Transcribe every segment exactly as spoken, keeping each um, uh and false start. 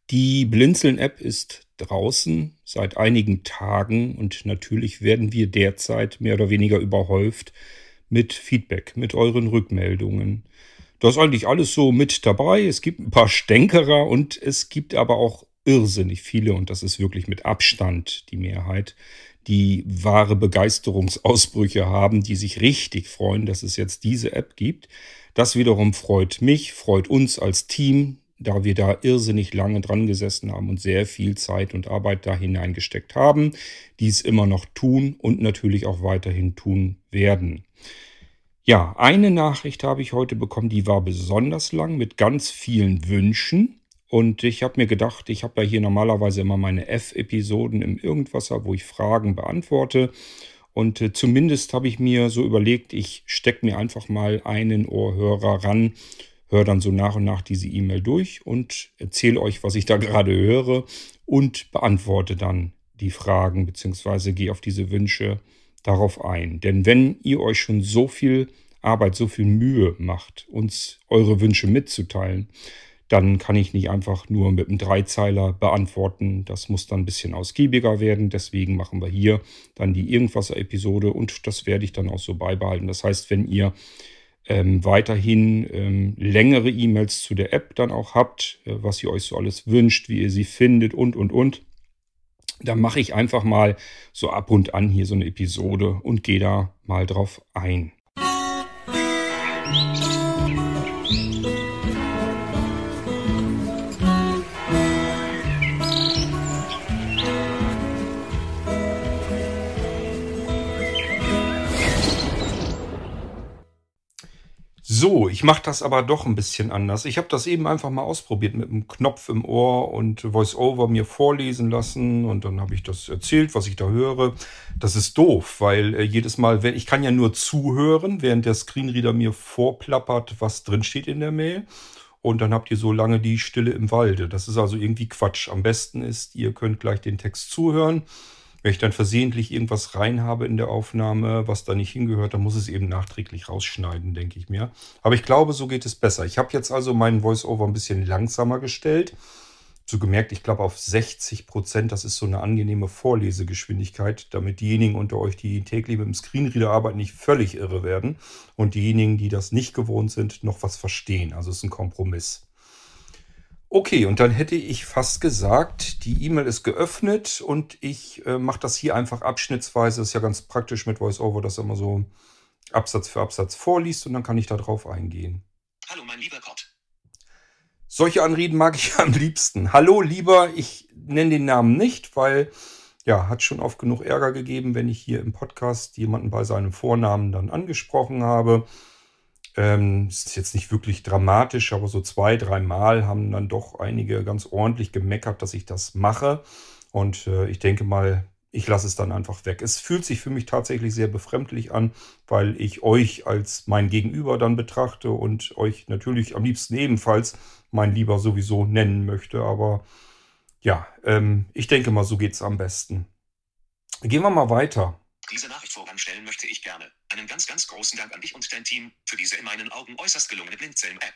Die Blinzeln-App ist draußen seit einigen Tagen und natürlich werden wir derzeit mehr oder weniger überhäuft mit Feedback, mit euren Rückmeldungen. Da ist eigentlich alles so mit dabei. Es gibt ein paar Stänkerer und es gibt aber auch irrsinnig viele, und das ist wirklich mit Abstand die Mehrheit, die wahre Begeisterungsausbrüche haben, die sich richtig freuen, dass es jetzt diese App gibt. Das wiederum freut mich, freut uns als Team, da wir da irrsinnig lange dran gesessen haben und sehr viel Zeit und Arbeit da hineingesteckt haben, dies immer noch tun und natürlich auch weiterhin tun werden. Ja, eine Nachricht habe ich heute bekommen, die war besonders lang mit ganz vielen Wünschen. Und ich habe mir gedacht, ich habe ja hier normalerweise immer meine F-Episoden im Irgendwasser, wo ich Fragen beantworte. Und äh, zumindest habe ich mir so überlegt, ich stecke mir einfach mal einen Ohrhörer ran, höre dann so nach und nach diese E-Mail durch und erzähle euch, was ich da gerade höre und beantworte dann die Fragen beziehungsweise gehe auf diese Wünsche darauf ein. Denn wenn ihr euch schon so viel Arbeit, so viel Mühe macht, uns eure Wünsche mitzuteilen, dann kann ich nicht einfach nur mit einem Dreizeiler beantworten. Das muss dann ein bisschen ausgiebiger werden. Deswegen machen wir hier dann die Irgendwasser-Episode und das werde ich dann auch so beibehalten. Das heißt, wenn ihr ähm, weiterhin ähm, längere E-Mails zu der App dann auch habt, äh, was ihr euch so alles wünscht, wie ihr sie findet und, und, und, dann mache ich einfach mal so ab und an hier so eine Episode und gehe da mal drauf ein. So, ich mache das aber doch ein bisschen anders. Ich habe das eben einfach mal ausprobiert mit einem Knopf im Ohr und Voice-over mir vorlesen lassen und dann habe ich das erzählt, was ich da höre. Das ist doof, weil äh, jedes Mal, wenn ich kann ja nur zuhören, während der Screenreader mir vorplappert, was drin steht in der Mail. Und dann habt ihr so lange die Stille im Walde. Das ist also irgendwie Quatsch. Am besten ist, ihr könnt gleich den Text zuhören. Wenn ich dann versehentlich irgendwas rein habe in der Aufnahme, was da nicht hingehört, dann muss es eben nachträglich rausschneiden, denke ich mir. Aber ich glaube, so geht es besser. Ich habe jetzt also meinen Voice-Over ein bisschen langsamer gestellt. So gemerkt, ich glaube auf sechzig Prozent, das ist so eine angenehme Vorlesegeschwindigkeit, damit diejenigen unter euch, die täglich mit dem Screenreader arbeiten, nicht völlig irre werden und diejenigen, die das nicht gewohnt sind, noch was verstehen. Also es ist ein Kompromiss. Okay, und dann hätte ich fast gesagt, die E-Mail ist geöffnet und ich äh, mache das hier einfach abschnittsweise. Ist ja ganz praktisch mit VoiceOver, dass er immer so Absatz für Absatz vorliest und dann kann ich da drauf eingehen. Hallo, mein lieber Gott. Solche Anreden mag ich am liebsten. Hallo, lieber, ich nenne den Namen nicht, weil ja, hat schon oft genug Ärger gegeben, wenn ich hier im Podcast jemanden bei seinem Vornamen dann angesprochen habe. Ähm, ist jetzt nicht wirklich dramatisch, aber so zwei, dreimal haben dann doch einige ganz ordentlich gemeckert, dass ich das mache. Und äh, ich denke mal, ich lasse es dann einfach weg. Es fühlt sich für mich tatsächlich sehr befremdlich an, weil ich euch als mein Gegenüber dann betrachte und euch natürlich am liebsten ebenfalls mein Lieber sowieso nennen möchte. Aber ja, ähm, ich denke mal, so geht's am besten. Gehen wir mal weiter. Diese Nachricht voranstellen möchte ich gerne. Einen ganz, ganz großen Dank an dich und dein Team für diese in meinen Augen äußerst gelungene Blinzeln-App.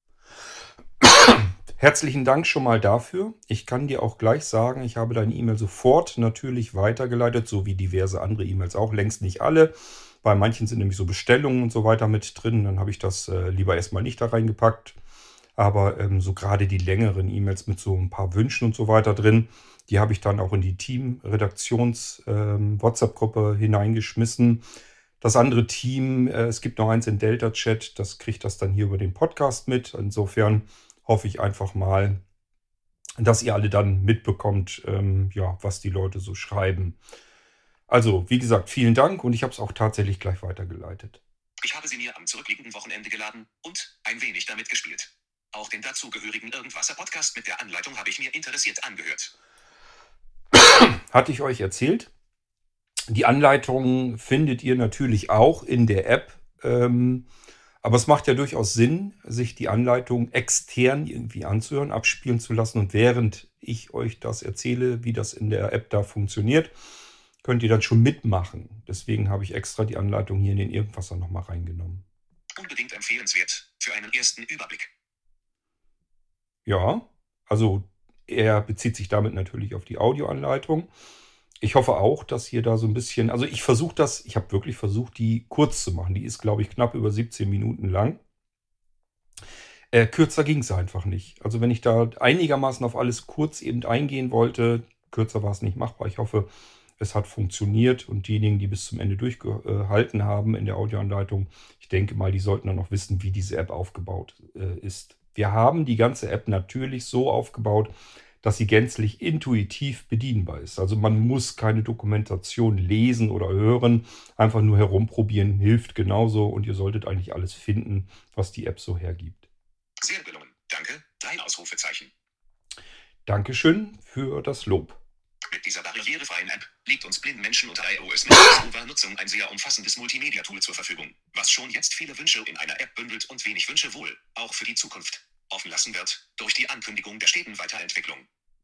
Herzlichen Dank schon mal dafür. Ich kann dir auch gleich sagen, ich habe deine E-Mail sofort natürlich weitergeleitet, so wie diverse andere E-Mails auch, längst nicht alle. Bei manchen sind nämlich so Bestellungen und so weiter mit drin, dann habe ich das äh, lieber erstmal nicht da reingepackt. Aber ähm, so gerade die längeren E-Mails mit so ein paar Wünschen und so weiter drin, die habe ich dann auch in die Team-Redaktions-WhatsApp-Gruppe hineingeschmissen. Das andere Team, äh, es gibt noch eins in Delta-Chat, das kriegt das dann hier über den Podcast mit. Insofern hoffe ich einfach mal, dass ihr alle dann mitbekommt, ähm, ja, was die Leute so schreiben. Also, wie gesagt, vielen Dank und ich habe es auch tatsächlich gleich weitergeleitet. Ich habe sie mir am zurückliegenden Wochenende geladen und ein wenig damit gespielt. Auch den dazugehörigen Irgendwasser-Podcast mit der Anleitung habe ich mir interessiert angehört. Hatte ich euch erzählt? Die Anleitung findet ihr natürlich auch in der App. Ähm, aber es macht ja durchaus Sinn, sich die Anleitung extern irgendwie anzuhören, abspielen zu lassen. Und während ich euch das erzähle, wie das in der App da funktioniert, könnt ihr dann schon mitmachen. Deswegen habe ich extra die Anleitung hier in den Irgendwasser nochmal reingenommen. Unbedingt empfehlenswert für einen ersten Überblick. Ja, also Er bezieht sich damit natürlich auf die Audioanleitung. Ich hoffe auch, dass ihr da so ein bisschen, also ich versuche das, ich habe wirklich versucht, die kurz zu machen. Die ist, glaube ich, knapp über siebzehn Minuten lang. Äh, kürzer ging es einfach nicht. Also wenn ich da einigermaßen auf alles kurz eben eingehen wollte, kürzer war es nicht machbar. Ich hoffe, es hat funktioniert und diejenigen, die bis zum Ende durchgehalten haben in der Audioanleitung, ich denke mal, die sollten dann noch wissen, wie diese App aufgebaut äh, ist. Wir haben die ganze App natürlich so aufgebaut, dass sie gänzlich intuitiv bedienbar ist. Also man muss keine Dokumentation lesen oder hören, einfach nur herumprobieren, hilft genauso und ihr solltet eigentlich alles finden, was die App so hergibt. Sehr gelungen. Danke. Drei Ausrufezeichen. Dankeschön für das Lob. Mit dieser barrierefreien App liegt uns blinden Menschen unter iOS mit Nutzung ein sehr umfassendes Multimedia-Tool zur Verfügung, was schon jetzt viele Wünsche in einer App bündelt und wenig Wünsche wohl, auch für die Zukunft, offen lassen wird, durch die Ankündigung der steten Weiterentwicklung.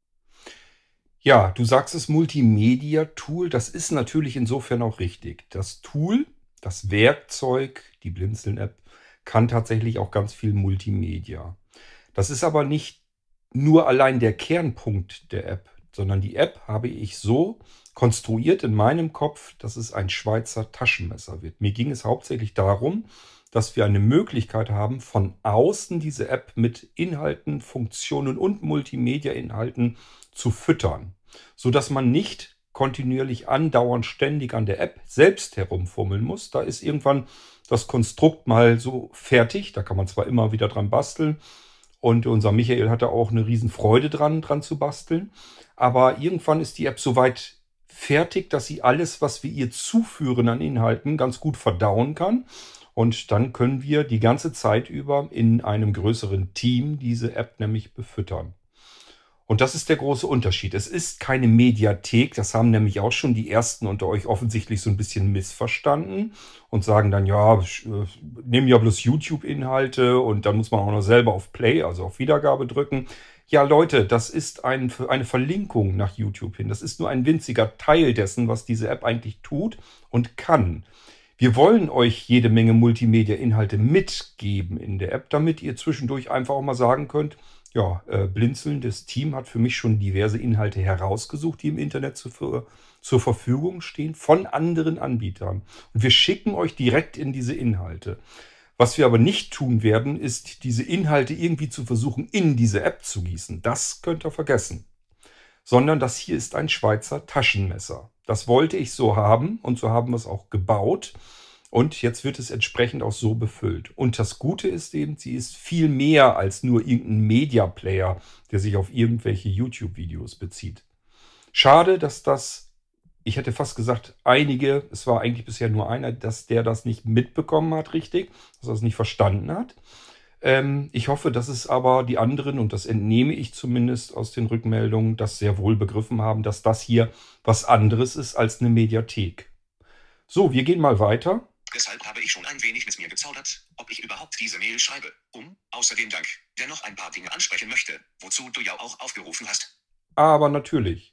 Ja, du sagst es Multimedia-Tool, das ist natürlich insofern auch richtig. Das Tool, das Werkzeug, die Blinzeln-App, kann tatsächlich auch ganz viel Multimedia. Das ist aber nicht nur allein der Kernpunkt der App, sondern die App habe ich so konstruiert in meinem Kopf, dass es ein Schweizer Taschenmesser wird. Mir ging es hauptsächlich darum, dass wir eine Möglichkeit haben, von außen diese App mit Inhalten, Funktionen und Multimedia-Inhalten zu füttern, sodass man nicht kontinuierlich andauernd ständig an der App selbst herumfummeln muss. Da ist irgendwann das Konstrukt mal so fertig, da kann man zwar immer wieder dran basteln und unser Michael hatte auch eine riesen Freude dran, dran zu basteln, aber irgendwann ist die App soweit fertig, dass sie alles, was wir ihr zuführen an Inhalten, ganz gut verdauen kann. Und dann können wir die ganze Zeit über in einem größeren Team diese App nämlich befüttern. Und das ist der große Unterschied. Es ist keine Mediathek, das haben nämlich auch schon die ersten unter euch offensichtlich so ein bisschen missverstanden und sagen dann, ja, nehmen ja bloß YouTube-Inhalte und dann muss man auch noch selber auf Play, also auf Wiedergabe drücken. Ja, Leute, das ist ein, eine Verlinkung nach YouTube hin. Das ist nur ein winziger Teil dessen, was diese App eigentlich tut und kann. Wir wollen euch jede Menge Multimedia-Inhalte mitgeben in der App, damit ihr zwischendurch einfach auch mal sagen könnt, ja, äh, Blinzeln, das Team hat für mich schon diverse Inhalte herausgesucht, die im Internet zu, zur Verfügung stehen von anderen Anbietern. Und wir schicken euch direkt in diese Inhalte. Was wir aber nicht tun werden, ist, diese Inhalte irgendwie zu versuchen, in diese App zu gießen. Das könnt ihr vergessen. Sondern das hier ist ein Schweizer Taschenmesser. Das wollte ich so haben und so haben wir es auch gebaut. Und jetzt wird es entsprechend auch so befüllt. Und das Gute ist eben, sie ist viel mehr als nur irgendein Media-Player, der sich auf irgendwelche YouTube-Videos bezieht. Schade, dass das, ich hätte fast gesagt, einige, es war eigentlich bisher nur einer, dass der das nicht mitbekommen hat richtig, dass er es nicht verstanden hat. Ähm, ich hoffe, dass es aber die anderen, und das entnehme ich zumindest aus den Rückmeldungen, das sehr wohl begriffen haben, dass das hier was anderes ist als eine Mediathek. So, wir gehen mal weiter. Deshalb habe ich schon ein wenig mit mir gezaudert, ob ich überhaupt diese Mail schreibe, um, außerdem Dank, dennoch ein paar Dinge ansprechen möchte, wozu du ja auch aufgerufen hast. Aber natürlich.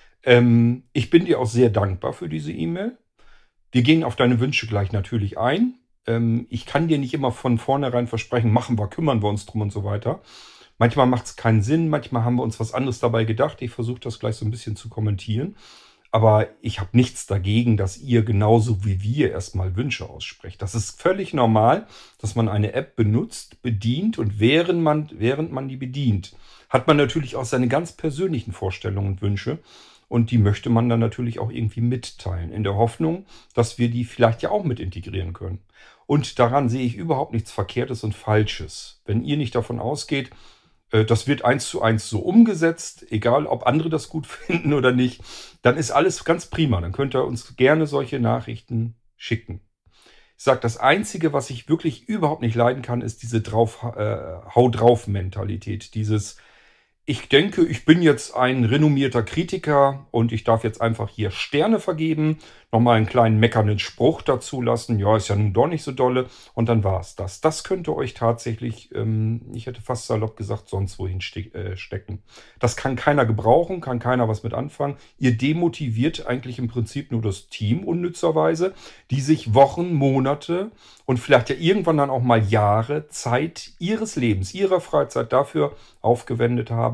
Ähm, ich bin dir auch sehr dankbar für diese E-Mail. Wir gehen auf deine Wünsche gleich natürlich ein. Ähm, ich kann dir nicht immer von vornherein versprechen, machen wir, kümmern wir uns drum und so weiter. Manchmal macht es keinen Sinn, manchmal haben wir uns was anderes dabei gedacht. Ich versuche das gleich so ein bisschen zu kommentieren. Aber ich habe nichts dagegen, dass ihr genauso wie wir erstmal Wünsche aussprecht. Das ist völlig normal, dass man eine App benutzt, bedient und während man, während man die bedient, hat man natürlich auch seine ganz persönlichen Vorstellungen und Wünsche. Und die möchte man dann natürlich auch irgendwie mitteilen, in der Hoffnung, dass wir die vielleicht ja auch mit integrieren können. Und daran sehe ich überhaupt nichts Verkehrtes und Falsches. Wenn ihr nicht davon ausgeht, das wird eins zu eins so umgesetzt, egal ob andere das gut finden oder nicht, dann ist alles ganz prima. Dann könnt ihr uns gerne solche Nachrichten schicken. Ich sage, das Einzige, was ich wirklich überhaupt nicht leiden kann, ist diese drauf, äh, Hau-drauf-Mentalität. Dieses, ich denke, ich bin jetzt ein renommierter Kritiker und ich darf jetzt einfach hier Sterne vergeben, nochmal einen kleinen meckernden Spruch dazu lassen. Ja, ist ja nun doch nicht so dolle. Und dann war es das. Das könnte euch tatsächlich, ähm, ich hätte fast salopp gesagt, sonst wohin ste- äh, stecken. Das kann keiner gebrauchen, kann keiner was mit anfangen. Ihr demotiviert eigentlich im Prinzip nur das Team unnützerweise, die sich Wochen, Monate und vielleicht ja irgendwann dann auch mal Jahre Zeit ihres Lebens, ihrer Freizeit dafür aufgewendet haben,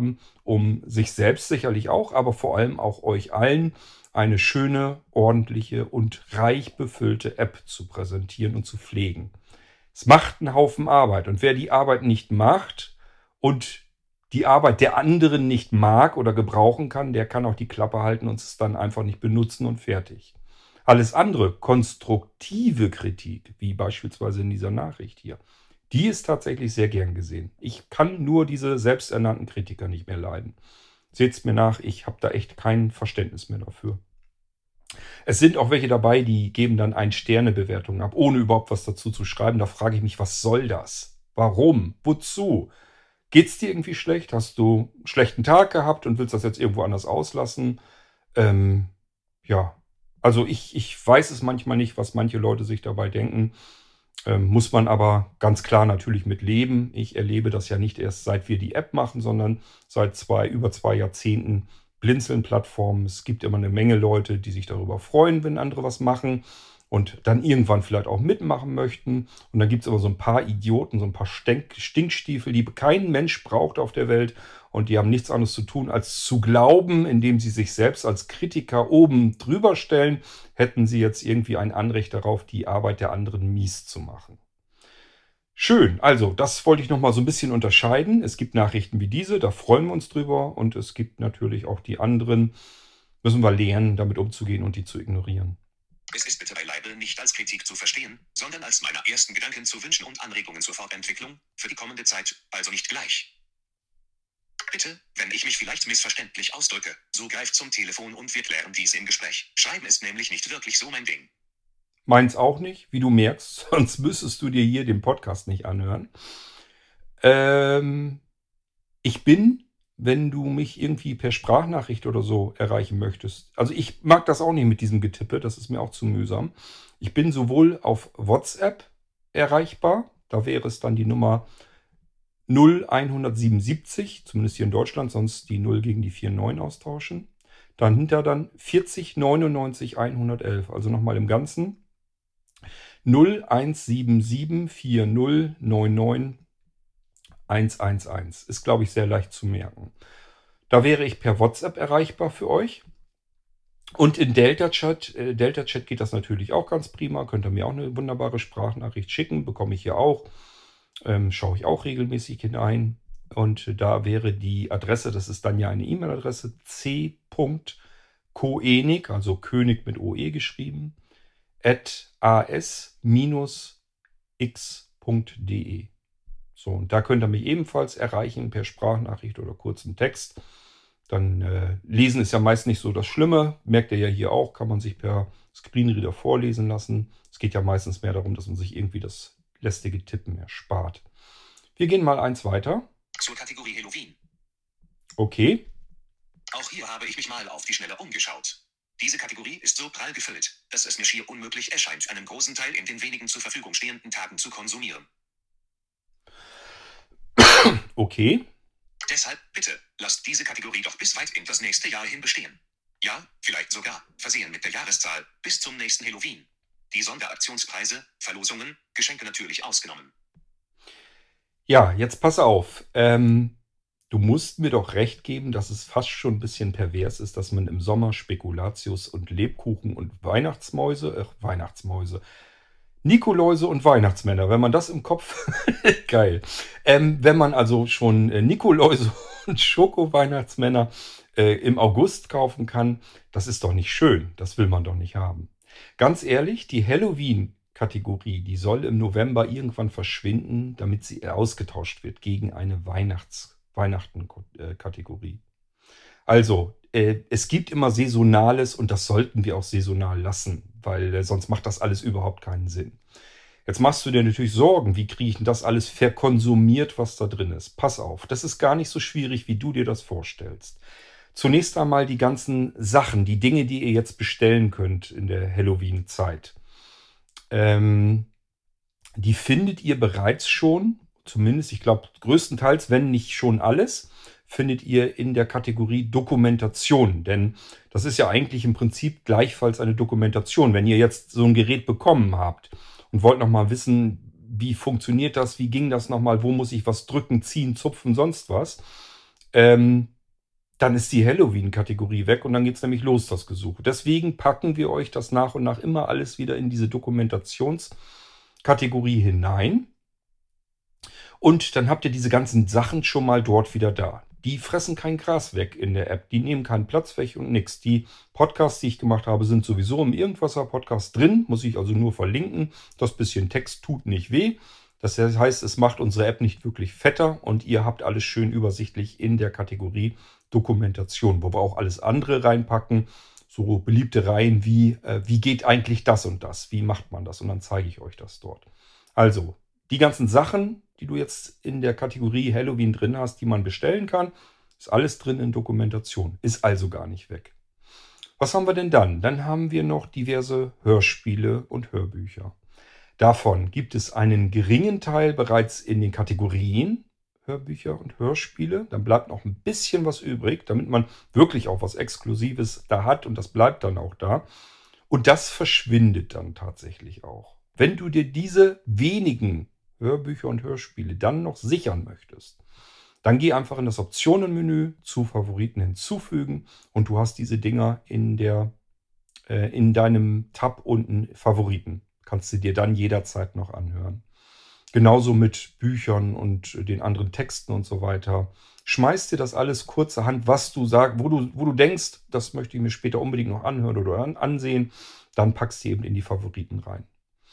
um sich selbst sicherlich auch, aber vor allem auch euch allen eine schöne, ordentliche und reich befüllte App zu präsentieren und zu pflegen. Es macht einen Haufen Arbeit und wer die Arbeit nicht macht und die Arbeit der anderen nicht mag oder gebrauchen kann, der kann auch die Klappe halten und es dann einfach nicht benutzen und fertig. Alles andere, konstruktive Kritik, wie beispielsweise in dieser Nachricht hier, die ist tatsächlich sehr gern gesehen. Ich kann nur diese selbsternannten Kritiker nicht mehr leiden. Seht's mir nach, ich habe da echt kein Verständnis mehr dafür. Es sind auch welche dabei, die geben dann Ein-Sterne-Bewertungen ab, ohne überhaupt was dazu zu schreiben. Da frage ich mich, was soll das? Warum? Wozu? Geht's dir irgendwie schlecht? Hast du einen schlechten Tag gehabt und willst das jetzt irgendwo anders auslassen? Ähm, ja, also ich, ich weiß es manchmal nicht, was manche Leute sich dabei denken. Ähm, muss man aber ganz klar natürlich mit leben. Ich erlebe das ja nicht erst seit wir die App machen, sondern seit zwei, über zwei Jahrzehnten Blinzeln-Plattformen. Es gibt immer eine Menge Leute, die sich darüber freuen, wenn andere was machen und dann irgendwann vielleicht auch mitmachen möchten. Und dann gibt es aber so ein paar Idioten, so ein paar Stink Stinkstiefel, die kein Mensch braucht auf der Welt. Und die haben nichts anderes zu tun, als zu glauben, indem sie sich selbst als Kritiker oben drüber stellen, hätten sie jetzt irgendwie ein Anrecht darauf, die Arbeit der anderen mies zu machen. Schön, also das wollte ich nochmal so ein bisschen unterscheiden. Es gibt Nachrichten wie diese, da freuen wir uns drüber. Und es gibt natürlich auch die anderen, müssen wir lernen, damit umzugehen und die zu ignorieren. Es ist bitte beileibe nicht als Kritik zu verstehen, sondern als meine ersten Gedanken zu Wünschen und Anregungen zur Fortentwicklung für die kommende Zeit, also nicht gleich. Bitte, wenn ich mich vielleicht missverständlich ausdrücke, so greift zum Telefon und wir klären dies im Gespräch. Schreiben ist nämlich nicht wirklich so mein Ding. Meins auch nicht, wie du merkst, sonst müsstest du dir hier den Podcast nicht anhören. Ähm, ich bin, wenn du mich irgendwie per Sprachnachricht oder so erreichen möchtest. Also ich mag das auch nicht mit diesem Getippe, das ist mir auch zu mühsam. Ich bin sowohl auf WhatsApp erreichbar, da wäre es dann die Nummer null eins siebenundsiebzig, zumindest hier in Deutschland, sonst die null gegen die vier neun austauschen. Dahinter dann vierzig neunundneunzig hundertelf, also nochmal im Ganzen. null eins sieben sieben vier null neun neun eins eins eins. Ist, glaube ich, sehr leicht zu merken. Da wäre ich per WhatsApp erreichbar für euch. Und in Delta-Chat, äh, Delta-Chat geht das natürlich auch ganz prima. Könnt ihr mir auch eine wunderbare Sprachnachricht schicken. Bekomme ich hier auch. Ähm, schaue ich auch regelmäßig hinein. Und da wäre die Adresse, das ist dann ja eine E-Mail-Adresse, c punkt koenig, also König mit O E geschrieben, at as x punkt de. So, und da könnt ihr mich ebenfalls erreichen per Sprachnachricht oder kurzen Text. Dann äh, lesen ist ja meist nicht so das Schlimme. Merkt ihr ja hier auch, kann man sich per Screenreader vorlesen lassen. Es geht ja meistens mehr darum, dass man sich irgendwie das lästige Tippen erspart. Wir gehen mal eins weiter. Zur Kategorie Halloween. Okay. Auch hier habe ich mich mal auf die Schnelle umgeschaut. Diese Kategorie ist so prall gefüllt, dass es mir schier unmöglich erscheint, einen großen Teil in den wenigen zur Verfügung stehenden Tagen zu konsumieren. Okay. Deshalb bitte, lasst diese Kategorie doch bis weit in das nächste Jahr hin bestehen. Ja, vielleicht sogar, versehen mit der Jahreszahl, bis zum nächsten Halloween. Die Sonderaktionspreise, Verlosungen, Geschenke natürlich ausgenommen. Ja, jetzt pass auf. Ähm, du musst mir doch recht geben, dass es fast schon ein bisschen pervers ist, dass man im Sommer Spekulatius und Lebkuchen und Weihnachtsmäuse, äh, Weihnachtsmäuse, Nikoläuse und Weihnachtsmänner, wenn man das im Kopf, geil. Ähm, wenn man also schon äh, Nikoläuse und Schoko-Weihnachtsmänner äh, im August kaufen kann, das ist doch nicht schön. Das will man doch nicht haben. Ganz ehrlich, die Halloween-Kategorie, die soll im November irgendwann verschwinden, damit sie ausgetauscht wird gegen eine Weihnachts Weihnachten-Kategorie. Also, äh, es gibt immer Saisonales und das sollten wir auch saisonal lassen, weil äh, sonst macht das alles überhaupt keinen Sinn. Jetzt machst du dir natürlich Sorgen, wie kriege ich denn das alles verkonsumiert, was da drin ist. Pass auf, das ist gar nicht so schwierig, wie du dir das vorstellst. Zunächst einmal die ganzen Sachen, die Dinge, die ihr jetzt bestellen könnt in der Halloween-Zeit. Ähm, die findet ihr bereits schon, zumindest, ich glaube, größtenteils, wenn nicht schon alles, findet ihr in der Kategorie Dokumentation. Denn das ist ja eigentlich im Prinzip gleichfalls eine Dokumentation. Wenn ihr jetzt so ein Gerät bekommen habt und wollt nochmal wissen, wie funktioniert das, wie ging das nochmal, wo muss ich was drücken, ziehen, zupfen, sonst was, ähm, dann ist die Halloween-Kategorie weg und dann geht es nämlich los, das Gesuche. Deswegen packen wir euch das nach und nach immer alles wieder in diese Dokumentationskategorie hinein. Und dann habt ihr diese ganzen Sachen schon mal dort wieder da. Die fressen kein Gras weg in der App. Die nehmen keinen Platz weg und nichts. Die Podcasts, die ich gemacht habe, sind sowieso im Irgendwasser-Podcast drin. Muss ich also nur verlinken. Das bisschen Text tut nicht weh. Das heißt, es macht unsere App nicht wirklich fetter und ihr habt alles schön übersichtlich in der Kategorie Dokumentation, wo wir auch alles andere reinpacken. So beliebte Reihen wie, äh, wie geht eigentlich das und das? Wie macht man das? Und dann zeige ich euch das dort. Also, die ganzen Sachen, die du jetzt in der Kategorie Halloween drin hast, die man bestellen kann, ist alles drin in Dokumentation. Ist also gar nicht weg. Was haben wir denn dann? Dann haben wir noch diverse Hörspiele und Hörbücher. Davon gibt es einen geringen Teil bereits in den Kategorien Hörbücher und Hörspiele. Dann bleibt noch ein bisschen was übrig, damit man wirklich auch was Exklusives da hat und das bleibt dann auch da. Und das verschwindet dann tatsächlich auch. Wenn du dir diese wenigen Hörbücher und Hörspiele dann noch sichern möchtest, dann geh einfach in das Optionenmenü zu Favoriten hinzufügen und du hast diese Dinger in der äh, in deinem Tab unten Favoriten. Kannst du dir dann jederzeit noch anhören. Genauso mit Büchern und den anderen Texten und so weiter. Schmeiß dir das alles kurzerhand, was du sagst, wo du, wo du denkst, das möchte ich mir später unbedingt noch anhören oder ansehen, dann packst du eben in die Favoriten rein.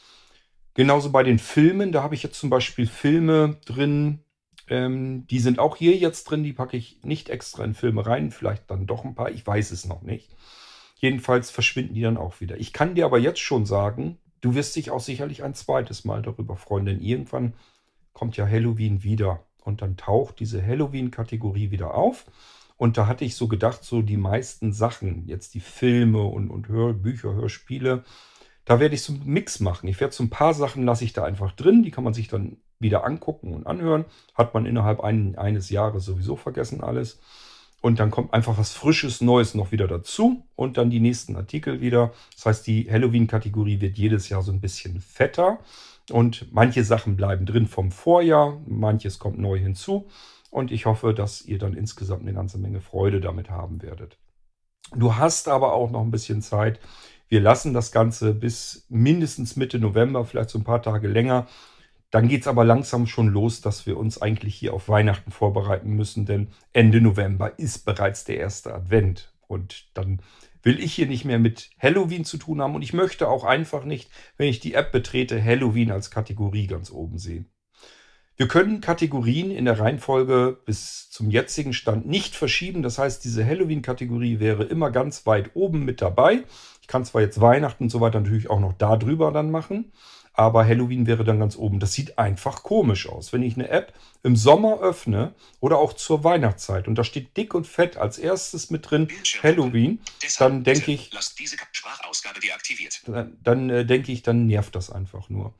Genauso bei den Filmen, da habe ich jetzt zum Beispiel Filme drin, ähm, die sind auch hier jetzt drin, die packe ich nicht extra in Filme rein, vielleicht dann doch ein paar, ich weiß es noch nicht. Jedenfalls verschwinden die dann auch wieder. Ich kann dir aber jetzt schon sagen, du wirst dich auch sicherlich ein zweites Mal darüber freuen, denn irgendwann kommt ja Halloween wieder und dann taucht diese Halloween-Kategorie wieder auf. Und da hatte ich so gedacht, so die meisten Sachen, jetzt die Filme und, und Hörbücher, Hörspiele, da werde ich so einen Mix machen. Ich werde so ein paar Sachen lasse ich da einfach drin, die kann man sich dann wieder angucken und anhören. Hat man innerhalb ein, eines Jahres sowieso vergessen alles. Und dann kommt einfach was Frisches, Neues noch wieder dazu und dann die nächsten Artikel wieder. Das heißt, die Halloween-Kategorie wird jedes Jahr so ein bisschen fetter und manche Sachen bleiben drin vom Vorjahr, manches kommt neu hinzu und ich hoffe, dass ihr dann insgesamt eine ganze Menge Freude damit haben werdet. Du hast aber auch noch ein bisschen Zeit. Wir lassen das Ganze bis mindestens Mitte November, vielleicht so ein paar Tage länger. Dann geht es aber langsam schon los, dass wir uns eigentlich hier auf Weihnachten vorbereiten müssen, denn Ende November ist bereits der erste Advent. Und dann will ich hier nicht mehr mit Halloween zu tun haben und ich möchte auch einfach nicht, wenn ich die App betrete, Halloween als Kategorie ganz oben sehen. Wir können Kategorien in der Reihenfolge bis zum jetzigen Stand nicht verschieben. Das heißt, diese Halloween-Kategorie wäre immer ganz weit oben mit dabei. Ich kann zwar jetzt Weihnachten und so weiter natürlich auch noch da drüber dann machen, aber Halloween wäre dann ganz oben. Das sieht einfach komisch aus. Wenn ich eine App im Sommer öffne oder auch zur Weihnachtszeit und da steht dick und fett als erstes mit drin Halloween, dann denke ich, Lasst diese Sprachausgabe deaktiviert. dann, dann äh, denke ich, dann nervt das einfach nur.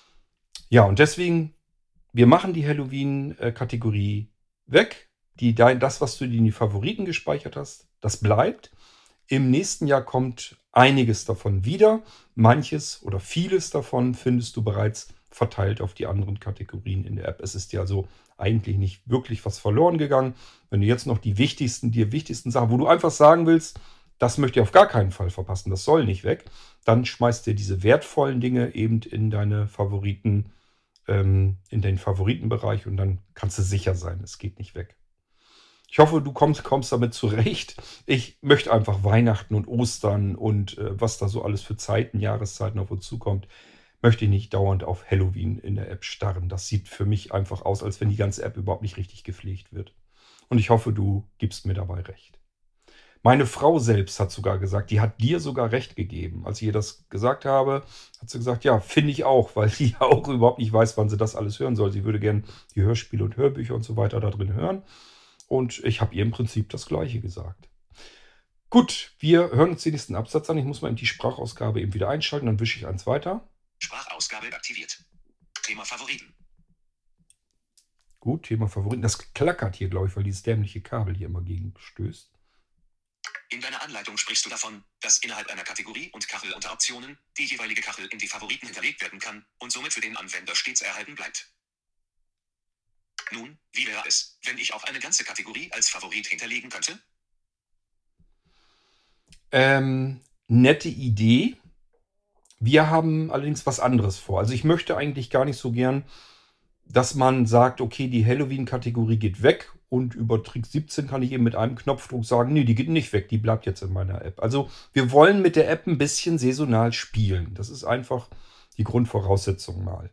Ja, und deswegen, wir machen die Halloween-Kategorie weg. Die, das, was du in die Favoriten gespeichert hast, das bleibt. Im nächsten Jahr kommt einiges davon wieder. Manches oder vieles davon findest du bereits verteilt auf die anderen Kategorien in der App. Es ist dir also eigentlich nicht wirklich was verloren gegangen. Wenn du jetzt noch die wichtigsten, die wichtigsten Sachen, wo du einfach sagen willst, das möchte ich auf gar keinen Fall verpassen, das soll nicht weg, dann schmeißt dir diese wertvollen Dinge eben in deine Favoriten, ähm, in den Favoritenbereich und dann kannst du sicher sein, es geht nicht weg. Ich hoffe, du kommst, kommst damit zurecht. Ich möchte einfach Weihnachten und Ostern und äh, was da so alles für Zeiten, Jahreszeiten auf uns zukommt, möchte ich nicht dauernd auf Halloween in der App starren. Das sieht für mich einfach aus, als wenn die ganze App überhaupt nicht richtig gepflegt wird. Und ich hoffe, du gibst mir dabei recht. Meine Frau selbst hat sogar gesagt, die hat dir sogar recht gegeben. Als ich ihr das gesagt habe, hat sie gesagt, ja, finde ich auch, weil sie auch überhaupt nicht weiß, wann sie das alles hören soll. Sie würde gerne die Hörspiele und Hörbücher und so weiter da drin hören. Und ich habe ihr im Prinzip das Gleiche gesagt. Gut, wir hören uns den nächsten Absatz an. Ich muss mal in die Sprachausgabe eben wieder einschalten, dann wische ich eins weiter. Sprachausgabe aktiviert. Thema Favoriten. Gut, Thema Favoriten. Das klackert hier, glaube ich, weil dieses dämliche Kabel hier immer gegen stößt. In deiner Anleitung sprichst du davon, dass innerhalb einer Kategorie und Kachel unter Optionen die jeweilige Kachel in die Favoriten hinterlegt werden kann und somit für den Anwender stets erhalten bleibt. Nun, wie wäre es, wenn ich auch eine ganze Kategorie als Favorit hinterlegen könnte? Ähm, nette Idee. Wir haben allerdings was anderes vor. Also ich möchte eigentlich gar nicht so gern, dass man sagt, okay, die Halloween-Kategorie geht weg und über Trick siebzehn kann ich eben mit einem Knopfdruck sagen, nee, die geht nicht weg, die bleibt jetzt in meiner App. Also wir wollen mit der App ein bisschen saisonal spielen. Das ist einfach die Grundvoraussetzung mal.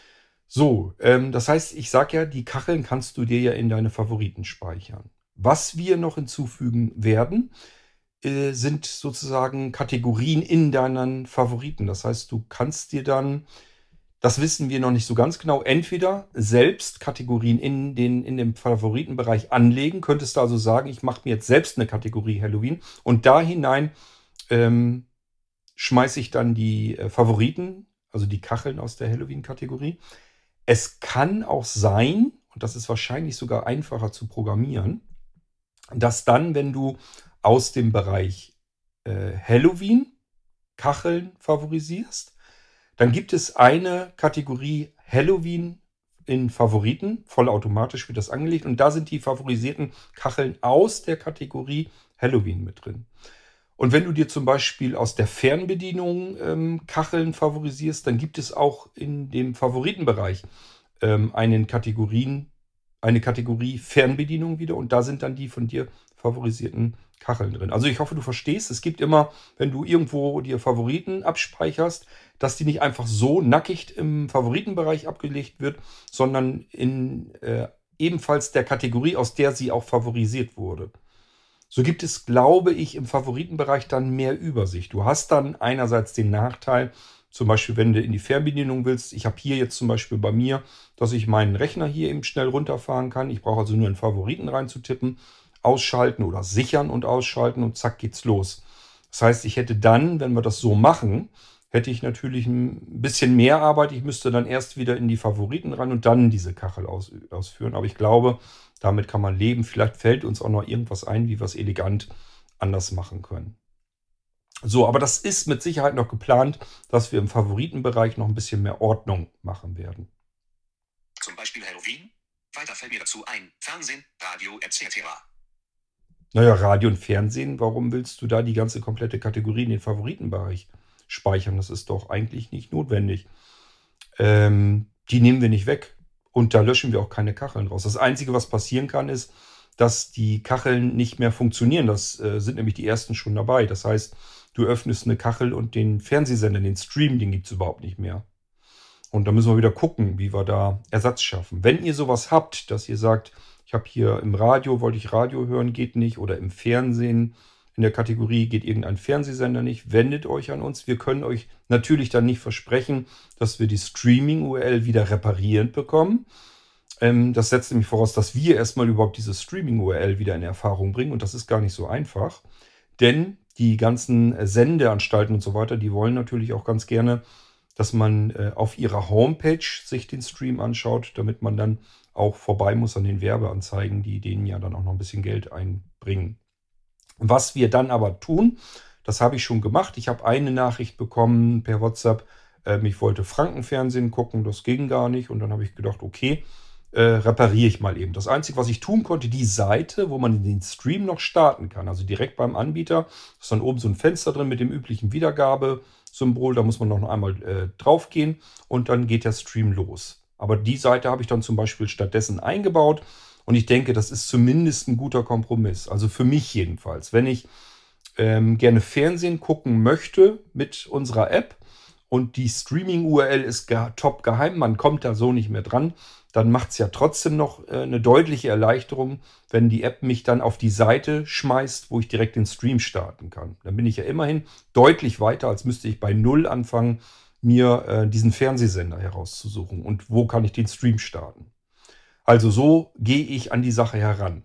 So, ähm, das heißt, ich sage ja, die Kacheln kannst du dir ja in deine Favoriten speichern. Was wir noch hinzufügen werden, äh, sind sozusagen Kategorien in deinen Favoriten. Das heißt, du kannst dir dann, das wissen wir noch nicht so ganz genau, entweder selbst Kategorien in, den, in dem Favoritenbereich anlegen. Könntest du also sagen, ich mache mir jetzt selbst eine Kategorie Halloween und da hinein ähm, schmeiße ich dann die äh, Favoriten, also die Kacheln aus der Halloween-Kategorie. Es kann auch sein, und das ist wahrscheinlich sogar einfacher zu programmieren, dass dann, wenn du aus dem Bereich äh, Halloween Kacheln favorisierst, dann gibt es eine Kategorie Halloween in Favoriten, vollautomatisch wird das angelegt und da sind die favorisierten Kacheln aus der Kategorie Halloween mit drin. Und wenn du dir zum Beispiel aus der Fernbedienung ähm, Kacheln favorisierst, dann gibt es auch in dem Favoritenbereich ähm, einen Kategorien, eine Kategorie Fernbedienung wieder und da sind dann die von dir favorisierten Kacheln drin. Also ich hoffe, du verstehst. Es gibt immer, wenn du irgendwo dir Favoriten abspeicherst, dass die nicht einfach so nackig im Favoritenbereich abgelegt wird, sondern in äh, ebenfalls der Kategorie, aus der sie auch favorisiert wurde. So gibt es, glaube ich, im Favoritenbereich dann mehr Übersicht. Du hast dann einerseits den Nachteil, zum Beispiel, wenn du in die Fernbedienung willst. Ich habe hier jetzt zum Beispiel bei mir, dass ich meinen Rechner hier eben schnell runterfahren kann. Ich brauche also nur in Favoriten reinzutippen, ausschalten oder sichern und ausschalten und zack geht's los. Das heißt, ich hätte dann, wenn wir das so machen, hätte ich natürlich ein bisschen mehr Arbeit. Ich müsste dann erst wieder in die Favoriten rein und dann diese Kachel aus, ausführen. Aber ich glaube, damit kann man leben. Vielleicht fällt uns auch noch irgendwas ein, wie wir es elegant anders machen können. So, aber das ist mit Sicherheit noch geplant, dass wir im Favoritenbereich noch ein bisschen mehr Ordnung machen werden. Zum Beispiel Halloween. Weiter fällt mir dazu ein. Fernsehen, Radio et cetera. Naja, Radio und Fernsehen, warum willst du da die ganze komplette Kategorie in den Favoritenbereich speichern? Das ist doch eigentlich nicht notwendig. Ähm, die nehmen wir nicht weg. Und da löschen wir auch keine Kacheln raus. Das Einzige, was passieren kann, ist, dass die Kacheln nicht mehr funktionieren. Das äh, sind nämlich die ersten schon dabei. Das heißt, du öffnest eine Kachel und den Fernsehsender, den Stream, den gibt es überhaupt nicht mehr. Und da müssen wir wieder gucken, wie wir da Ersatz schaffen. Wenn ihr sowas habt, dass ihr sagt, ich habe hier im Radio, wollte ich Radio hören, geht nicht. Oder im Fernsehen in der Kategorie geht irgendein Fernsehsender nicht, wendet euch an uns. Wir können euch natürlich dann nicht versprechen, dass wir die Streaming-U R L wieder reparierend bekommen. Ähm, das setzt nämlich voraus, dass wir erstmal überhaupt diese Streaming-U R L wieder in Erfahrung bringen. Und das ist gar nicht so einfach. Denn die ganzen Sendeanstalten und so weiter, die wollen natürlich auch ganz gerne, dass man äh, auf ihrer Homepage sich den Stream anschaut, damit man dann auch vorbei muss an den Werbeanzeigen, die denen ja dann auch noch ein bisschen Geld einbringen. Was wir dann aber tun, das habe ich schon gemacht. Ich habe eine Nachricht bekommen per WhatsApp, äh, ich wollte Frankenfernsehen gucken, das ging gar nicht. Und dann habe ich gedacht, okay, äh, repariere ich mal eben. Das Einzige, was ich tun konnte, die Seite, wo man den Stream noch starten kann, also direkt beim Anbieter, ist dann oben so ein Fenster drin mit dem üblichen Wiedergabesymbol, da muss man noch einmal äh, drauf gehen und dann geht der Stream los. Aber die Seite habe ich dann zum Beispiel stattdessen eingebaut und ich denke, das ist zumindest ein guter Kompromiss. Also für mich jedenfalls. Wenn ich ähm, gerne Fernsehen gucken möchte mit unserer App und die Streaming-U R L ist ge- top geheim, man kommt da so nicht mehr dran, dann macht es ja trotzdem noch äh, eine deutliche Erleichterung, wenn die App mich dann auf die Seite schmeißt, wo ich direkt den Stream starten kann. Dann bin ich ja immerhin deutlich weiter, als müsste ich bei Null anfangen, mir äh, diesen Fernsehsender herauszusuchen und wo kann ich den Stream starten. Also so gehe ich an die Sache heran.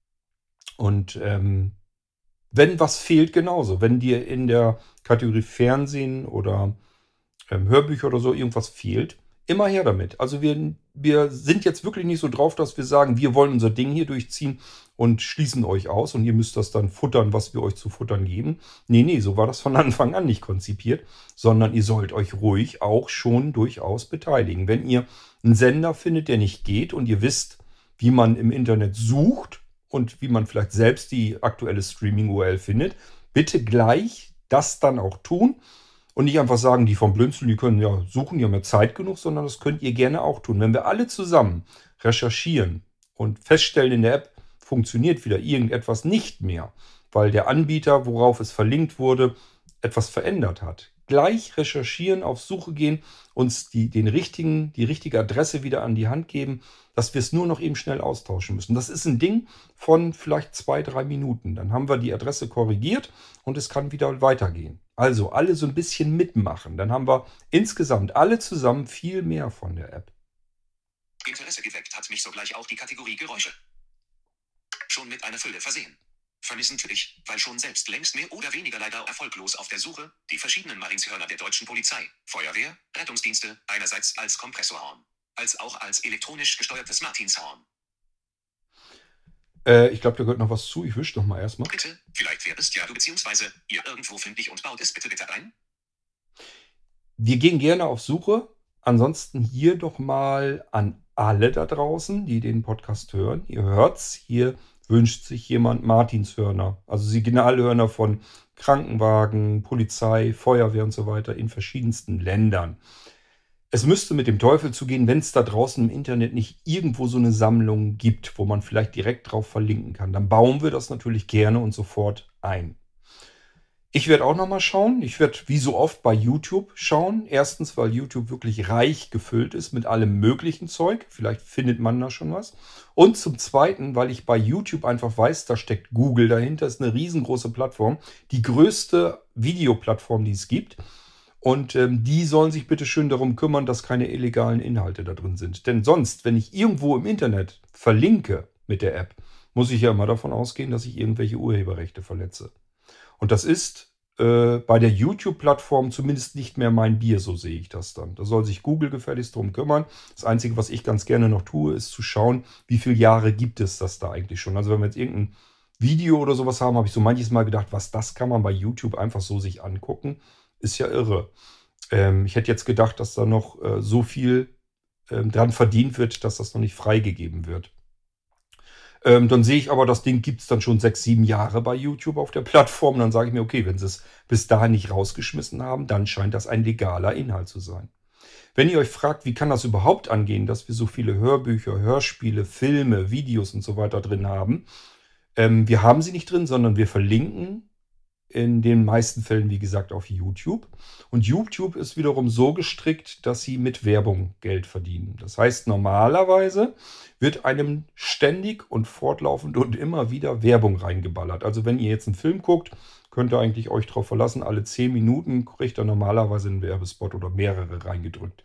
Und ähm, wenn was fehlt, genauso. Wenn dir in der Kategorie Fernsehen oder ähm, Hörbücher oder so irgendwas fehlt, immer her damit. Also wir, wir sind jetzt wirklich nicht so drauf, dass wir sagen, wir wollen unser Ding hier durchziehen und schließen euch aus und ihr müsst das dann futtern, was wir euch zu futtern geben. Nee, nee, so war das von Anfang an nicht konzipiert, sondern ihr sollt euch ruhig auch schon durchaus beteiligen. Wenn ihr einen Sender findet, der nicht geht und ihr wisst, wie man im Internet sucht und wie man vielleicht selbst die aktuelle Streaming-U R L findet, bitte gleich das dann auch tun und nicht einfach sagen, die vom Blinzeln, die können ja suchen, die haben ja Zeit genug, sondern das könnt ihr gerne auch tun. Wenn wir alle zusammen recherchieren und feststellen, in der App funktioniert wieder irgendetwas nicht mehr, weil der Anbieter, worauf es verlinkt wurde, etwas verändert hat. Gleich recherchieren, auf Suche gehen, uns die, den richtigen, die richtige Adresse wieder an die Hand geben, dass wir es nur noch eben schnell austauschen müssen. Das ist ein Ding von vielleicht zwei, drei Minuten. Dann haben wir die Adresse korrigiert und es kann wieder weitergehen. Also alle so ein bisschen mitmachen. Dann haben wir insgesamt alle zusammen viel mehr von der App. Interesse geweckt hat mich sogleich auch die Kategorie Geräusche. Schon mit einer Fülle versehen. Vermissentlich, weil schon selbst längst mehr oder weniger leider erfolglos auf der Suche, die verschiedenen Marinshörner der deutschen Polizei, Feuerwehr, Rettungsdienste, einerseits als Kompressorhorn, als auch als elektronisch gesteuertes Martinshorn. Äh, ich glaube, da gehört noch was zu. Ich wische noch mal erstmal. Bitte, vielleicht wer ist ja du bzw. ihr irgendwo fündig und baut es bitte bitte ein. Wir gehen gerne auf Suche. Ansonsten hier doch mal an alle da draußen, die den Podcast hören. Ihr hört's, hier wünscht sich jemand Martinshörner, also Signalhörner von Krankenwagen, Polizei, Feuerwehr und so weiter in verschiedensten Ländern. Es müsste mit dem Teufel zugehen, wenn es da draußen im Internet nicht irgendwo so eine Sammlung gibt, wo man vielleicht direkt drauf verlinken kann. Dann bauen wir das natürlich gerne und sofort ein. Ich werde auch nochmal schauen. Ich werde wie so oft bei YouTube schauen. Erstens, weil YouTube wirklich reich gefüllt ist mit allem möglichen Zeug. Vielleicht findet man da schon was. Und zum Zweiten, weil ich bei YouTube einfach weiß, da steckt Google dahinter. Das ist eine riesengroße Plattform. Die größte Videoplattform, die es gibt. Und ähm, die sollen sich bitte schön darum kümmern, dass keine illegalen Inhalte da drin sind. Denn sonst, wenn ich irgendwo im Internet verlinke mit der App, muss ich ja immer davon ausgehen, dass ich irgendwelche Urheberrechte verletze. Und das ist äh, bei der YouTube-Plattform zumindest nicht mehr mein Bier, so sehe ich das dann. Da soll sich Google gefälligst drum kümmern. Das Einzige, was ich ganz gerne noch tue, ist zu schauen, wie viele Jahre gibt es das da eigentlich schon. Also wenn wir jetzt irgendein Video oder sowas haben, habe ich so manches Mal gedacht, was, das kann man bei YouTube einfach so sich angucken. Ist ja irre. Ähm, ich hätte jetzt gedacht, dass da noch äh, so viel ähm, dran verdient wird, dass das noch nicht freigegeben wird. Ähm, dann sehe ich aber, das Ding gibt es dann schon sechs, sieben Jahre bei YouTube auf der Plattform. Dann sage ich mir, okay, wenn sie es bis dahin nicht rausgeschmissen haben, dann scheint das ein legaler Inhalt zu sein. Wenn ihr euch fragt, wie kann das überhaupt angehen, dass wir so viele Hörbücher, Hörspiele, Filme, Videos und so weiter drin haben, ähm, wir haben sie nicht drin, sondern wir verlinken in den meisten Fällen, wie gesagt, auf YouTube. Und YouTube ist wiederum so gestrickt, dass sie mit Werbung Geld verdienen. Das heißt, normalerweise wird einem ständig und fortlaufend und immer wieder Werbung reingeballert. Also wenn ihr jetzt einen Film guckt, könnt ihr eigentlich euch darauf verlassen, alle zehn Minuten kriegt ihr normalerweise einen Werbespot oder mehrere reingedrückt.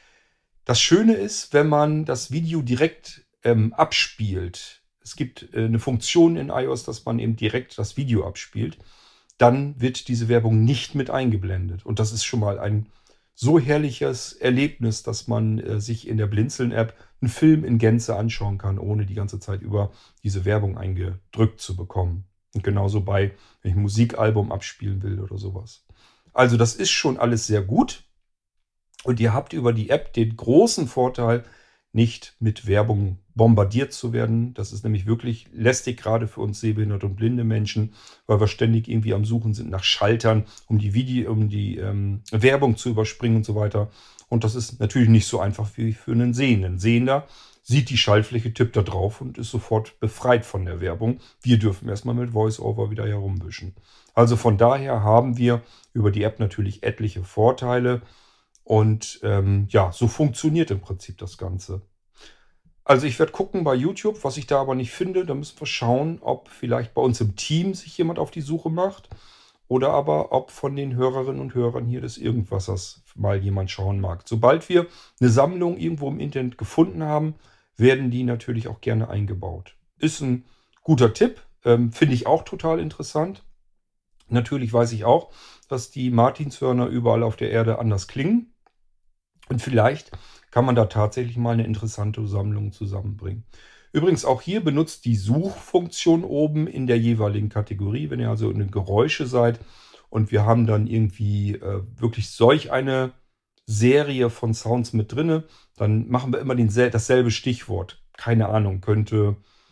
Das Schöne ist, wenn man das Video direkt ähm, abspielt, es gibt äh, eine Funktion in iOS, dass man eben direkt das Video abspielt, dann wird diese Werbung nicht mit eingeblendet. Und das ist schon mal ein so herrliches Erlebnis, dass man äh, sich in der Blinzeln-App einen Film in Gänze anschauen kann, ohne die ganze Zeit über diese Werbung eingedrückt zu bekommen. Und genauso bei, wenn ich ein Musikalbum abspielen will oder sowas. Also das ist schon alles sehr gut. Und ihr habt über die App den großen Vorteil, nicht mit Werbung bombardiert zu werden. Das ist nämlich wirklich lästig, gerade für uns sehbehinderte und blinde Menschen, weil wir ständig irgendwie am Suchen sind nach Schaltern, um die Video, um die ähm, Werbung zu überspringen und so weiter. Und das ist natürlich nicht so einfach wie für einen Sehenden. Ein Sehender sieht die Schaltfläche, tippt da drauf und ist sofort befreit von der Werbung. Wir dürfen erstmal mit VoiceOver wieder herumwischen. Also von daher haben wir über die App natürlich etliche Vorteile. Und ähm, ja, so funktioniert im Prinzip das Ganze. Also ich werde gucken bei YouTube, was ich da aber nicht finde. Da müssen wir schauen, ob vielleicht bei uns im Team sich jemand auf die Suche macht. Oder aber ob von den Hörerinnen und Hörern hier des Irgendwassers mal jemand schauen mag. Sobald wir eine Sammlung irgendwo im Internet gefunden haben, werden die natürlich auch gerne eingebaut. Ist ein guter Tipp, ähm, finde ich auch total interessant. Natürlich weiß ich auch, dass die Martinshörner überall auf der Erde anders klingen. Und vielleicht kann man da tatsächlich mal eine interessante Sammlung zusammenbringen. Übrigens auch hier benutzt die Suchfunktion oben in der jeweiligen Kategorie. Wenn ihr also in den Geräusche seid und wir haben dann irgendwie äh, wirklich solch eine Serie von Sounds mit drinne, dann machen wir immer den, dasselbe Stichwort. Keine Ahnung, könnte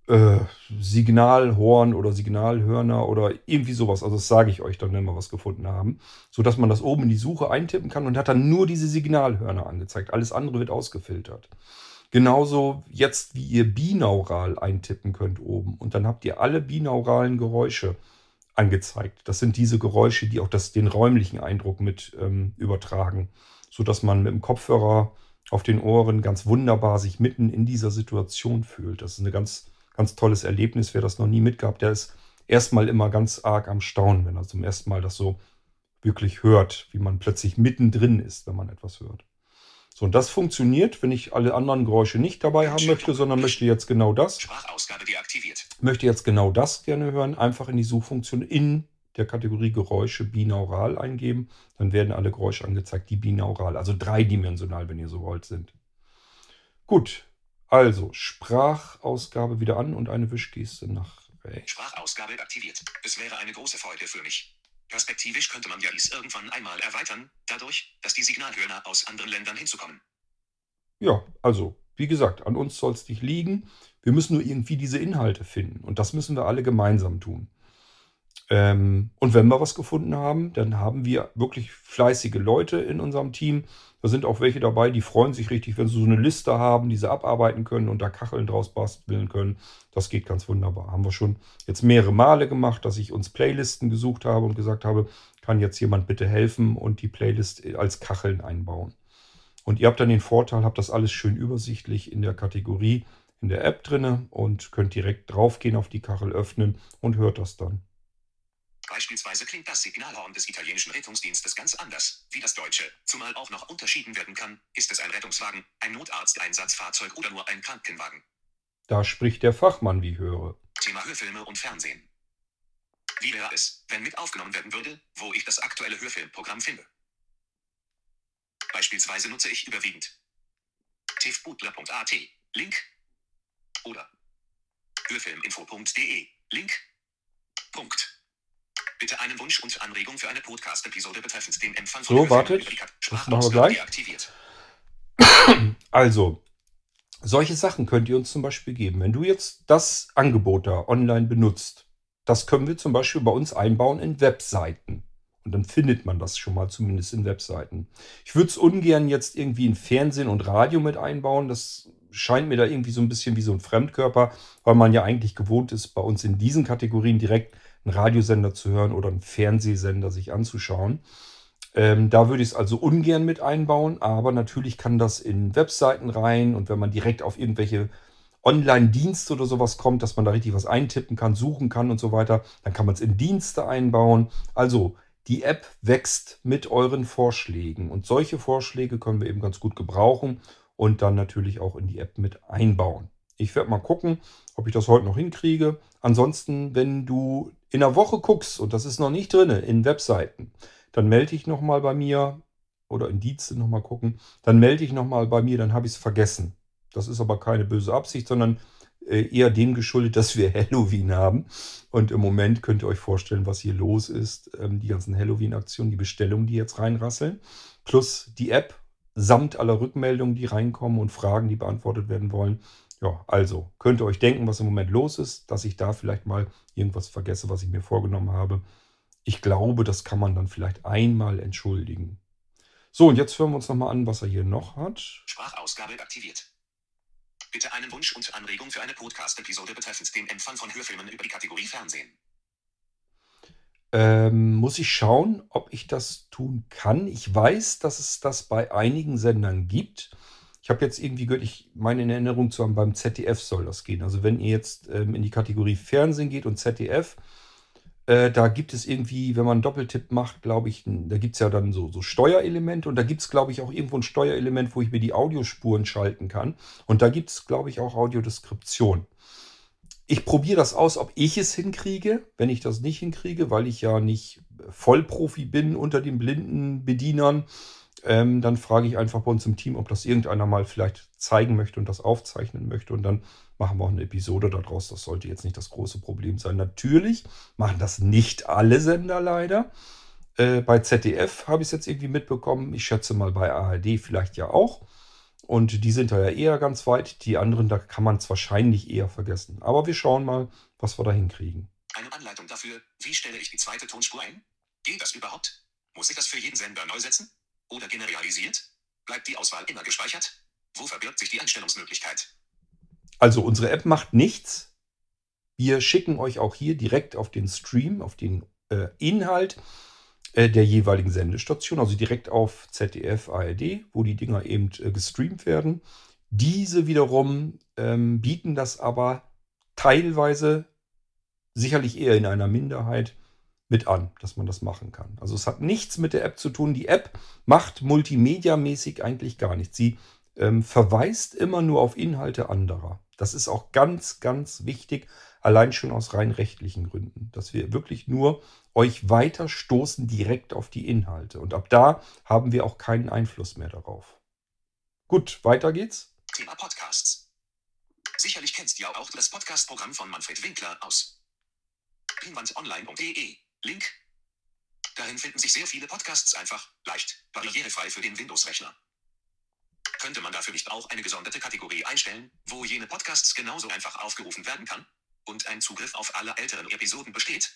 äh, Signalhorn oder Signalhörner oder irgendwie sowas. Also das sage ich euch dann, wenn wir was gefunden haben. Sodass man das oben in die Suche eintippen kann und hat dann nur diese Signalhörner angezeigt. Alles andere wird ausgefiltert. Genauso jetzt, wie ihr binaural eintippen könnt oben. Und dann habt ihr alle binauralen Geräusche angezeigt. Das sind diese Geräusche, die auch das, den räumlichen Eindruck mit ähm, übertragen. Sodass man mit dem Kopfhörer auf den Ohren ganz wunderbar sich mitten in dieser Situation fühlt. Das ist eine ganz, ganz tolles Erlebnis. Wer das noch nie mitgehabt, der ist erstmal immer ganz arg am Staunen, wenn er zum ersten Mal das so wirklich hört, wie man plötzlich mittendrin ist, wenn man etwas hört. So, und das funktioniert, wenn ich alle anderen Geräusche nicht dabei haben möchte, sondern möchte jetzt genau das. Sprachausgabe deaktiviert. Möchte jetzt genau das gerne hören. Einfach in die Suchfunktion in der Kategorie Geräusche binaural eingeben. Dann werden alle Geräusche angezeigt, die binaural, also dreidimensional, wenn ihr so wollt, sind. Gut, also Sprachausgabe wieder an und eine Wischgeste nach rechts. Sprachausgabe aktiviert. Es wäre eine große Freude für mich. Perspektivisch könnte man ja dies irgendwann einmal erweitern, dadurch, dass die Signalhörner aus anderen Ländern hinzukommen. Ja, also, wie gesagt, an uns soll es nicht liegen. Wir müssen nur irgendwie diese Inhalte finden. Und das müssen wir alle gemeinsam tun. Ähm, und wenn wir was gefunden haben, dann haben wir wirklich fleißige Leute in unserem Team. Da sind auch welche dabei, die freuen sich richtig, wenn sie so eine Liste haben, die sie abarbeiten können und da Kacheln draus basteln können. Das geht ganz wunderbar. Haben wir schon jetzt mehrere Male gemacht, dass ich uns Playlisten gesucht habe und gesagt habe, kann jetzt jemand bitte helfen und die Playlist als Kacheln einbauen. Und ihr habt dann den Vorteil, habt das alles schön übersichtlich in der Kategorie, in der App drinne und könnt direkt draufgehen auf die Kachel öffnen und hört das dann. Beispielsweise klingt das Signalhorn des italienischen Rettungsdienstes ganz anders, wie das deutsche. Zumal auch noch unterschieden werden kann, ist es ein Rettungswagen, ein Notarzteinsatzfahrzeug oder nur ein Krankenwagen. Da spricht der Fachmann, wie ich höre. Thema Hörfilme und Fernsehen. Wie wäre es, wenn mit aufgenommen werden würde, wo ich das aktuelle Hörfilmprogramm finde? Beispielsweise nutze ich überwiegend tiefbutler punkt a t, Link, oder hörfilminfo punkt de, Link, Punkt. Bitte einen Wunsch und Anregung für eine Podcast-Episode betreffend den Empfang von So, wartet, das machen wir gleich. Also, solche Sachen könnt ihr uns zum Beispiel geben. Wenn du jetzt das Angebot da online benutzt, das können wir zum Beispiel bei uns einbauen in Webseiten. Und dann findet man das schon mal zumindest in Webseiten. Ich würde es ungern jetzt irgendwie in Fernsehen und Radio mit einbauen. Das scheint mir da irgendwie so ein bisschen wie so ein Fremdkörper, weil man ja eigentlich gewohnt ist, bei uns in diesen Kategorien direkt einen Radiosender zu hören oder einen Fernsehsender sich anzuschauen. Ähm, da würde ich es also ungern mit einbauen, aber natürlich kann das in Webseiten rein und wenn man direkt auf irgendwelche Online-Dienste oder sowas kommt, dass man da richtig was eintippen kann, suchen kann und so weiter, dann kann man es in Dienste einbauen. Also die App wächst mit euren Vorschlägen und solche Vorschläge können wir eben ganz gut gebrauchen und dann natürlich auch in die App mit einbauen. Ich werde mal gucken, ob ich das heute noch hinkriege. Ansonsten, wenn du in der Woche guckst und das ist noch nicht drin in Webseiten, dann melde dich nochmal bei mir oder in Dienste nochmal gucken. Dann melde dich nochmal bei mir, dann habe ich es vergessen. Das ist aber keine böse Absicht, sondern eher dem geschuldet, dass wir Halloween haben. Und im Moment könnt ihr euch vorstellen, was hier los ist. Die ganzen Halloween-Aktionen, die Bestellungen, die jetzt reinrasseln. Plus die App samt aller Rückmeldungen, die reinkommen und Fragen, die beantwortet werden wollen. Ja, also könnt ihr euch denken, was im Moment los ist, dass ich da vielleicht mal irgendwas vergesse, was ich mir vorgenommen habe. Ich glaube, das kann man dann vielleicht einmal entschuldigen. So, und jetzt hören wir uns nochmal an, was er hier noch hat. Sprachausgabe aktiviert. Bitte einen Wunsch und Anregung für eine Podcast-Episode betreffend den Empfang von Hörfilmen über die Kategorie Fernsehen. Ähm, muss ich schauen, ob ich das tun kann. Ich weiß, dass es das bei einigen Sendern gibt. Ich habe jetzt irgendwie gehört, ich meine in Erinnerung zu haben, beim Z D F soll das gehen. Also wenn ihr jetzt ähm, in die Kategorie Fernsehen geht und Z D F, äh, da gibt es irgendwie, wenn man einen Doppeltipp macht, glaube ich, da gibt es ja dann so, so Steuerelemente und da gibt es, glaube ich, auch irgendwo ein Steuerelement, wo ich mir die Audiospuren schalten kann. Und da gibt es, glaube ich, auch Audiodeskription. Ich probiere das aus, ob ich es hinkriege. Wenn ich das nicht hinkriege, weil ich ja nicht Vollprofi bin unter den blinden Bedienern, ähm, dann frage ich einfach bei uns im Team, ob das irgendeiner mal vielleicht zeigen möchte und das aufzeichnen möchte. Und dann machen wir auch eine Episode daraus. Das sollte jetzt nicht das große Problem sein. Natürlich machen das nicht alle Sender leider. Äh, bei Z D F habe ich es jetzt irgendwie mitbekommen. Ich schätze mal bei A R D vielleicht ja auch. Und die sind da ja eher ganz weit. Die anderen, da kann man es wahrscheinlich eher vergessen. Aber wir schauen mal, was wir da hinkriegen. Eine Anleitung dafür, wie stelle ich die zweite Tonspur ein? Geht das überhaupt? Muss ich das für jeden Sender neu setzen? Oder generalisiert? Bleibt die Auswahl immer gespeichert? Wo verbirgt sich die Einstellungsmöglichkeit? Also unsere App macht nichts. Wir schicken euch auch hier direkt auf den Stream, auf den äh, Inhalt äh, der jeweiligen Sendestation, also direkt auf Z D F, A R D, wo die Dinger eben äh, gestreamt werden. Diese wiederum ähm, bieten das aber teilweise, sicherlich eher in einer Minderheit, mit an, dass man das machen kann. Also es hat nichts mit der App zu tun. Die App macht multimediamäßig eigentlich gar nichts. Sie ähm, verweist immer nur auf Inhalte anderer. Das ist auch ganz, ganz wichtig, allein schon aus rein rechtlichen Gründen, dass wir wirklich nur euch weiter stoßen direkt auf die Inhalte. Und ab da haben wir auch keinen Einfluss mehr darauf. Gut, weiter geht's. Thema Podcasts. Sicherlich kennst du ja auch das Podcast-Programm von Manfred Winkler aus pinwandonline punkt de. Link. Darin finden sich sehr viele Podcasts einfach, leicht, barrierefrei für den Windows-Rechner. Könnte man dafür nicht auch eine gesonderte Kategorie einstellen, wo jene Podcasts genauso einfach aufgerufen werden kann und ein Zugriff auf alle älteren Episoden besteht?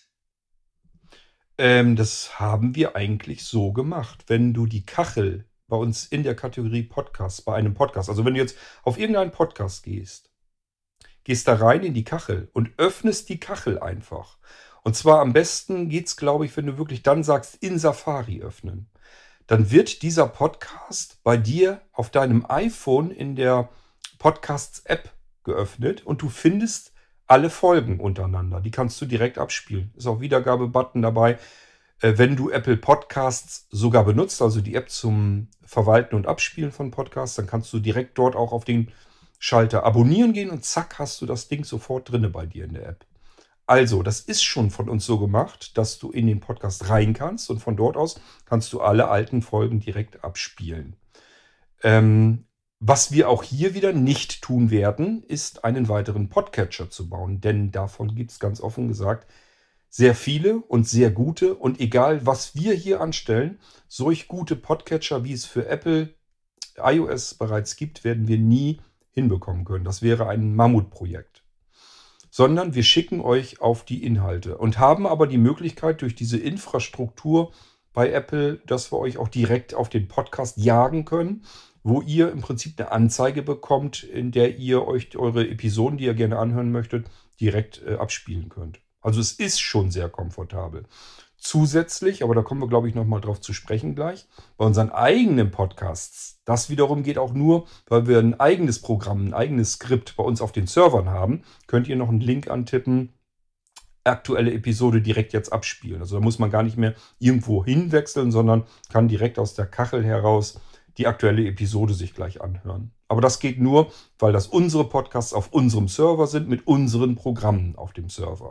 Ähm, das haben wir eigentlich so gemacht. Wenn du die Kachel bei uns in der Kategorie Podcast, bei einem Podcast, also wenn du jetzt auf irgendeinen Podcast gehst, gehst da rein in die Kachel und öffnest die Kachel einfach. Und zwar am besten geht es, glaube ich, wenn du wirklich dann sagst, in Safari öffnen. Dann wird dieser Podcast bei dir auf deinem iPhone in der Podcasts-App geöffnet und du findest alle Folgen untereinander. Die kannst du direkt abspielen. Ist auch Wiedergabe-Button dabei. Äh, wenn du Apple Podcasts sogar benutzt, also die App zum Verwalten und Abspielen von Podcasts, dann kannst du direkt dort auch auf den Schalter Abonnieren gehen und zack, hast du das Ding sofort drinne bei dir in der App. Also, das ist schon von uns so gemacht, dass du in den Podcast rein kannst und von dort aus kannst du alle alten Folgen direkt abspielen. Ähm, was wir auch hier wieder nicht tun werden, ist einen weiteren Podcatcher zu bauen, denn davon gibt es ganz offen gesagt sehr viele und sehr gute und egal was wir hier anstellen, solch gute Podcatcher, wie es für Apple iOS bereits gibt, werden wir nie hinbekommen können. Das wäre ein Mammutprojekt. Sondern wir schicken euch auf die Inhalte und haben aber die Möglichkeit durch diese Infrastruktur bei Apple, dass wir euch auch direkt auf den Podcast jagen können, wo ihr im Prinzip eine Anzeige bekommt, in der ihr euch eure Episoden, die ihr gerne anhören möchtet, direkt äh, abspielen könnt. Also es ist schon sehr komfortabel. Zusätzlich, aber da kommen wir, glaube ich, nochmal drauf zu sprechen gleich, bei unseren eigenen Podcasts, das wiederum geht auch nur, weil wir ein eigenes Programm, ein eigenes Skript bei uns auf den Servern haben, könnt ihr noch einen Link antippen, aktuelle Episode direkt jetzt abspielen. Also da muss man gar nicht mehr irgendwo hinwechseln, sondern kann direkt aus der Kachel heraus die aktuelle Episode sich gleich anhören. Aber das geht nur, weil das unsere Podcasts auf unserem Server sind, mit unseren Programmen auf dem Server.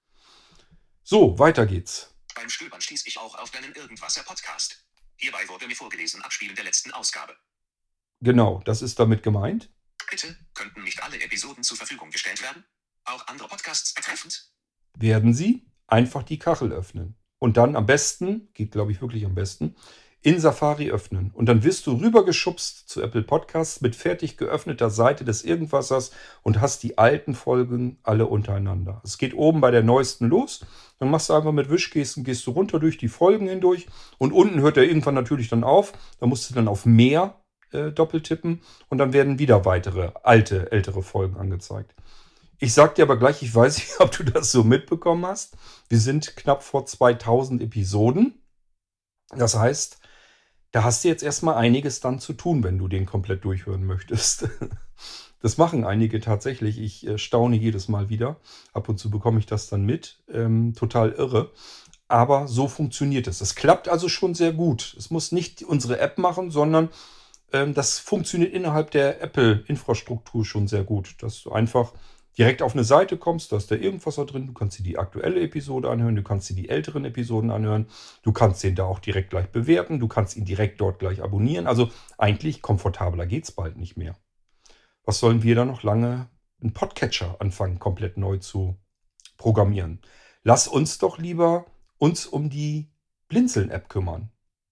So, weiter geht's. Beim Stöbern stieß ich auch auf deinen Irgendwasser-Podcast. Hierbei wurde mir vorgelesen Abspielen der letzten Ausgabe. Genau, das ist damit gemeint. Bitte, könnten nicht alle Episoden zur Verfügung gestellt werden? Auch andere Podcasts betreffend? Werden Sie einfach die Kachel öffnen. Und dann am besten, geht glaube ich wirklich am besten, in Safari öffnen. Und dann wirst du rübergeschubst zu Apple Podcasts mit fertig geöffneter Seite des Irgendwassers und hast die alten Folgen alle untereinander. Es geht oben bei der neuesten los. Dann machst du einfach mit Wischgesten, gehst du runter durch die Folgen hindurch. Und unten hört er irgendwann natürlich dann auf. Da musst du dann auf mehr äh, doppeltippen. Und dann werden wieder weitere alte, ältere Folgen angezeigt. Ich sag dir aber gleich, ich weiß nicht, ob du das so mitbekommen hast. Wir sind knapp vor zweitausend Episoden. Das heißt, da hast du jetzt erstmal einiges dann zu tun, wenn du den komplett durchhören möchtest. Das machen einige tatsächlich. Ich äh, staune jedes Mal wieder. Ab und zu bekomme ich das dann mit. Ähm, total irre. Aber so funktioniert es. Es klappt also schon sehr gut. Es muss nicht unsere App machen, sondern ähm, das funktioniert innerhalb der Apple-Infrastruktur schon sehr gut. Dass du einfach direkt auf eine Seite kommst, da ist da irgendwas da drin, du kannst dir die aktuelle Episode anhören, du kannst dir die älteren Episoden anhören, du kannst den da auch direkt gleich bewerten, du kannst ihn direkt dort gleich abonnieren. Also eigentlich komfortabler geht es bald nicht mehr. Was sollen wir da noch lange einen Podcatcher anfangen, komplett neu zu programmieren? Lass uns doch lieber uns um die Blinzeln-App kümmern.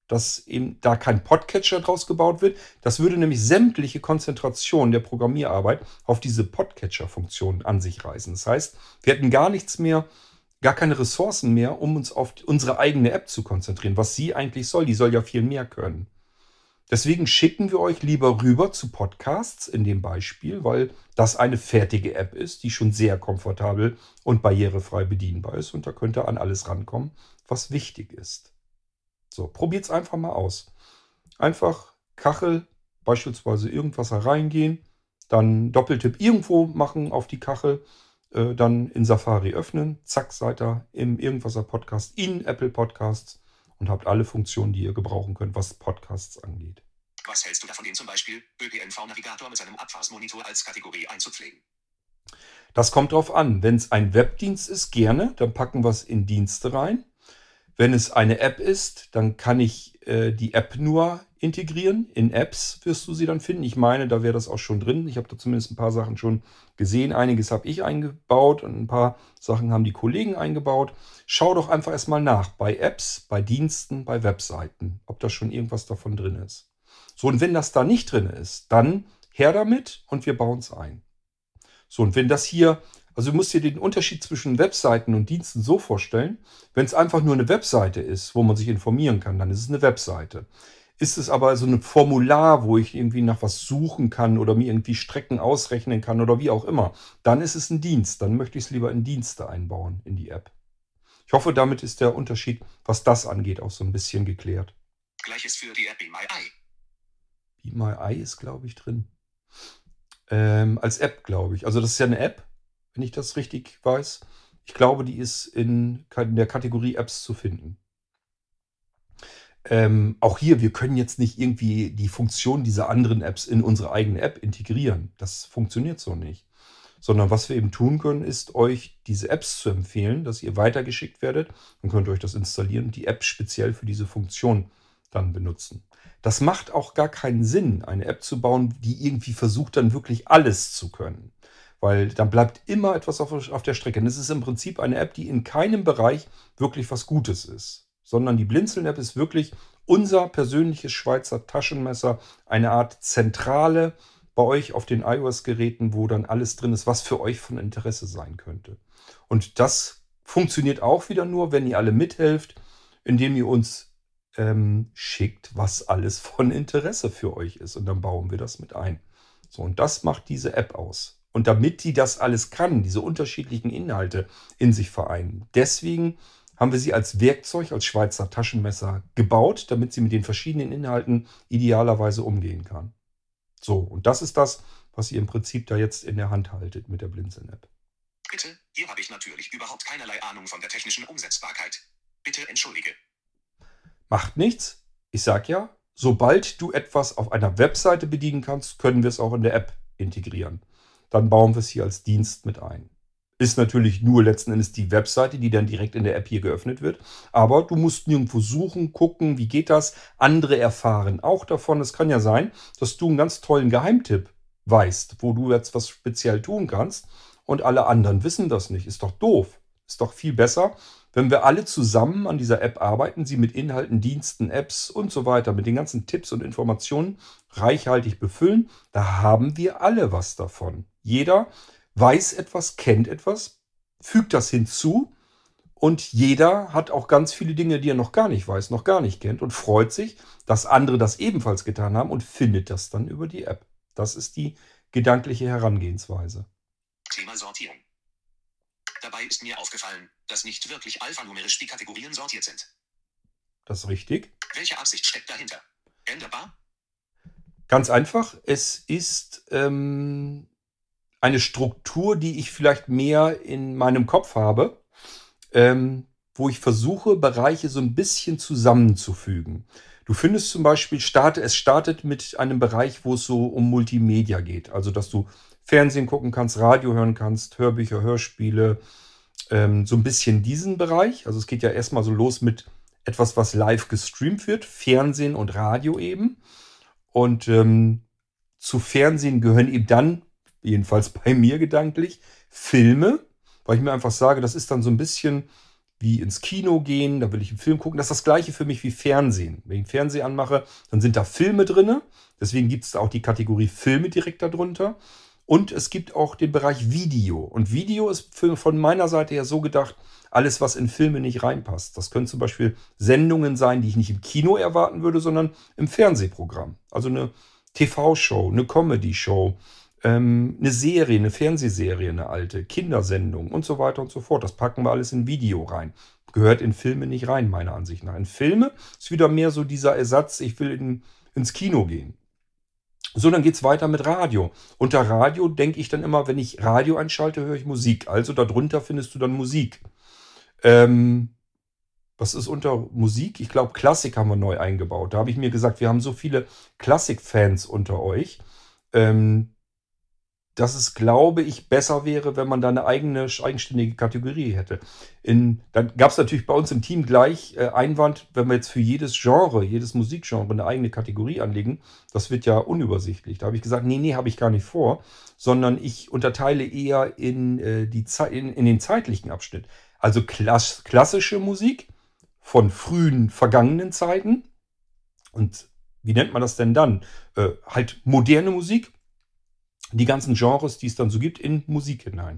dass eben da kein Podcatcher draus gebaut wird. Das würde nämlich sämtliche Konzentration der Programmierarbeit auf diese Podcatcher-Funktion an sich reißen. Das heißt, wir hätten gar nichts mehr, gar keine Ressourcen mehr, um uns auf unsere eigene App zu konzentrieren, was sie eigentlich soll. Die soll ja viel mehr können. Deswegen schicken wir euch lieber rüber zu Podcasts in dem Beispiel, weil das eine fertige App ist, die schon sehr komfortabel und barrierefrei bedienbar ist. Und da könnt ihr an alles rankommen, was wichtig ist. So, probiert es einfach mal aus. Einfach Kachel, beispielsweise irgendwas reingehen, dann Doppeltipp irgendwo machen auf die Kachel, äh, dann in Safari öffnen, zack, seid ihr im Irgendwaser Podcast in Apple Podcasts und habt alle Funktionen, die ihr gebrauchen könnt, was Podcasts angeht. Was hältst du davon, den zum Beispiel ÖPNV-Navigator mit seinem Abfahrtsmonitor als Kategorie einzupflegen? Das kommt drauf an. Wenn es ein Webdienst ist, gerne, dann packen wir es in Dienste rein. Wenn es eine App ist, dann kann ich äh, die App nur integrieren. In Apps wirst du sie dann finden. Ich meine, da wäre das auch schon drin. Ich habe da zumindest ein paar Sachen schon gesehen. Einiges habe ich eingebaut und ein paar Sachen haben die Kollegen eingebaut. Schau doch einfach erstmal nach bei Apps, bei Diensten, bei Webseiten, ob da schon irgendwas davon drin ist. So, und wenn das da nicht drin ist, dann her damit und wir bauen es ein. So, und wenn das hier... Also du musst dir den Unterschied zwischen Webseiten und Diensten so vorstellen, wenn es einfach nur eine Webseite ist, wo man sich informieren kann, dann ist es eine Webseite. Ist es aber so ein Formular, wo ich irgendwie nach was suchen kann oder mir irgendwie Strecken ausrechnen kann oder wie auch immer, dann ist es ein Dienst. Dann möchte ich es lieber in Dienste einbauen, in die App. Ich hoffe, damit ist der Unterschied, was das angeht, auch so ein bisschen geklärt. Gleiches für die App Be My Eye. Be My Eye ist, glaube ich, drin. Ähm, als App, glaube ich. Also das ist ja eine App, wenn ich das richtig weiß. Ich glaube, die ist in, in der Kategorie Apps zu finden. Ähm, auch hier, wir können jetzt nicht irgendwie die Funktion dieser anderen Apps in unsere eigene App integrieren. Das funktioniert so nicht. Sondern was wir eben tun können, ist euch diese Apps zu empfehlen, dass ihr weitergeschickt werdet. Dann könnt ihr euch das installieren und die App speziell für diese Funktion dann benutzen. Das macht auch gar keinen Sinn, eine App zu bauen, die irgendwie versucht, dann wirklich alles zu können. Weil dann bleibt immer etwas auf, auf der Strecke. Und es ist im Prinzip eine App, die in keinem Bereich wirklich was Gutes ist. Sondern die Blinzeln-App ist wirklich unser persönliches Schweizer Taschenmesser. Eine Art Zentrale bei euch auf den iOS-Geräten, wo dann alles drin ist, was für euch von Interesse sein könnte. Und das funktioniert auch wieder nur, wenn ihr alle mithelft, indem ihr uns ähm, schickt, was alles von Interesse für euch ist. Und dann bauen wir das mit ein. So, und das macht diese App aus. Und damit die das alles kann, diese unterschiedlichen Inhalte in sich vereinen. Deswegen haben wir sie als Werkzeug, als Schweizer Taschenmesser gebaut, damit sie mit den verschiedenen Inhalten idealerweise umgehen kann. So, und das ist das, was ihr im Prinzip da jetzt in der Hand haltet mit der Blinzeln-App. Bitte, hier habe ich natürlich überhaupt keinerlei Ahnung von der technischen Umsetzbarkeit. Bitte entschuldige. Macht nichts. Ich sag ja, sobald du etwas auf einer Webseite bedienen kannst, können wir es auch in der App integrieren. Dann bauen wir es hier als Dienst mit ein. Ist natürlich nur letzten Endes die Webseite, die dann direkt in der App hier geöffnet wird. Aber du musst nirgendwo suchen, gucken, wie geht das. Andere erfahren auch davon. Es kann ja sein, dass du einen ganz tollen Geheimtipp weißt, wo du jetzt was speziell tun kannst und alle anderen wissen das nicht. Ist doch doof. Ist doch viel besser, wenn wir alle zusammen an dieser App arbeiten, sie mit Inhalten, Diensten, Apps und so weiter, mit den ganzen Tipps und Informationen reichhaltig befüllen. Da haben wir alle was davon. Jeder weiß etwas, kennt etwas, fügt das hinzu und jeder hat auch ganz viele Dinge, die er noch gar nicht weiß, noch gar nicht kennt und freut sich, dass andere das ebenfalls getan haben und findet das dann über die App. Das ist die gedankliche Herangehensweise. Thema Sortierung. Dabei ist mir aufgefallen, dass nicht wirklich alphanumerisch die Kategorien sortiert sind. Das ist richtig. Welche Absicht steckt dahinter? Änderbar? Ganz einfach, es ist ähm, eine Struktur, die ich vielleicht mehr in meinem Kopf habe, ähm, wo ich versuche, Bereiche so ein bisschen zusammenzufügen. Du findest zum Beispiel, starte, es startet mit einem Bereich, wo es so um Multimedia geht. Also, dass du Fernsehen gucken kannst, Radio hören kannst, Hörbücher, Hörspiele, ähm, so ein bisschen diesen Bereich. Also es geht ja erstmal so los mit etwas, was live gestreamt wird, Fernsehen und Radio eben. Und ähm, zu Fernsehen gehören eben dann, jedenfalls bei mir gedanklich, Filme, weil ich mir einfach sage, das ist dann so ein bisschen wie ins Kino gehen, da will ich einen Film gucken. Das ist das gleiche für mich wie Fernsehen. Wenn ich einen Fernseher anmache, dann sind da Filme drin. Deswegen gibt es auch die Kategorie Filme direkt darunter. Und es gibt auch den Bereich Video. Und Video ist für, von meiner Seite her so gedacht, alles, was in Filme nicht reinpasst. Das können zum Beispiel Sendungen sein, die ich nicht im Kino erwarten würde, sondern im Fernsehprogramm. Also eine T V-Show, eine Comedy-Show, ähm, eine Serie, eine Fernsehserie, eine alte, Kindersendung und so weiter und so fort. Das packen wir alles in Video rein. Gehört in Filme nicht rein, meiner Ansicht nach. In Filme ist wieder mehr so dieser Ersatz, ich will in, ins Kino gehen. So, dann geht's weiter mit Radio. Unter Radio denke ich dann immer, wenn ich Radio einschalte, höre ich Musik. Also darunter findest du dann Musik. Ähm, was ist unter Musik? Ich glaube, Klassik haben wir neu eingebaut. Da habe ich mir gesagt, wir haben so viele Klassik-Fans unter euch, ähm, dass es, glaube ich, besser wäre, wenn man da eine eigene, eigenständige Kategorie hätte. In, dann gab es natürlich bei uns im Team gleich äh, Einwand, wenn wir jetzt für jedes Genre, jedes Musikgenre eine eigene Kategorie anlegen, das wird ja unübersichtlich. Da habe ich gesagt, nee, nee, habe ich gar nicht vor, sondern ich unterteile eher in, äh, die Ze- in, in den zeitlichen Abschnitt. Also klass klassische Musik von frühen, vergangenen Zeiten. Und wie nennt man das denn dann? Äh, halt moderne Musik. Die ganzen Genres, die es dann so gibt, in Musik hinein.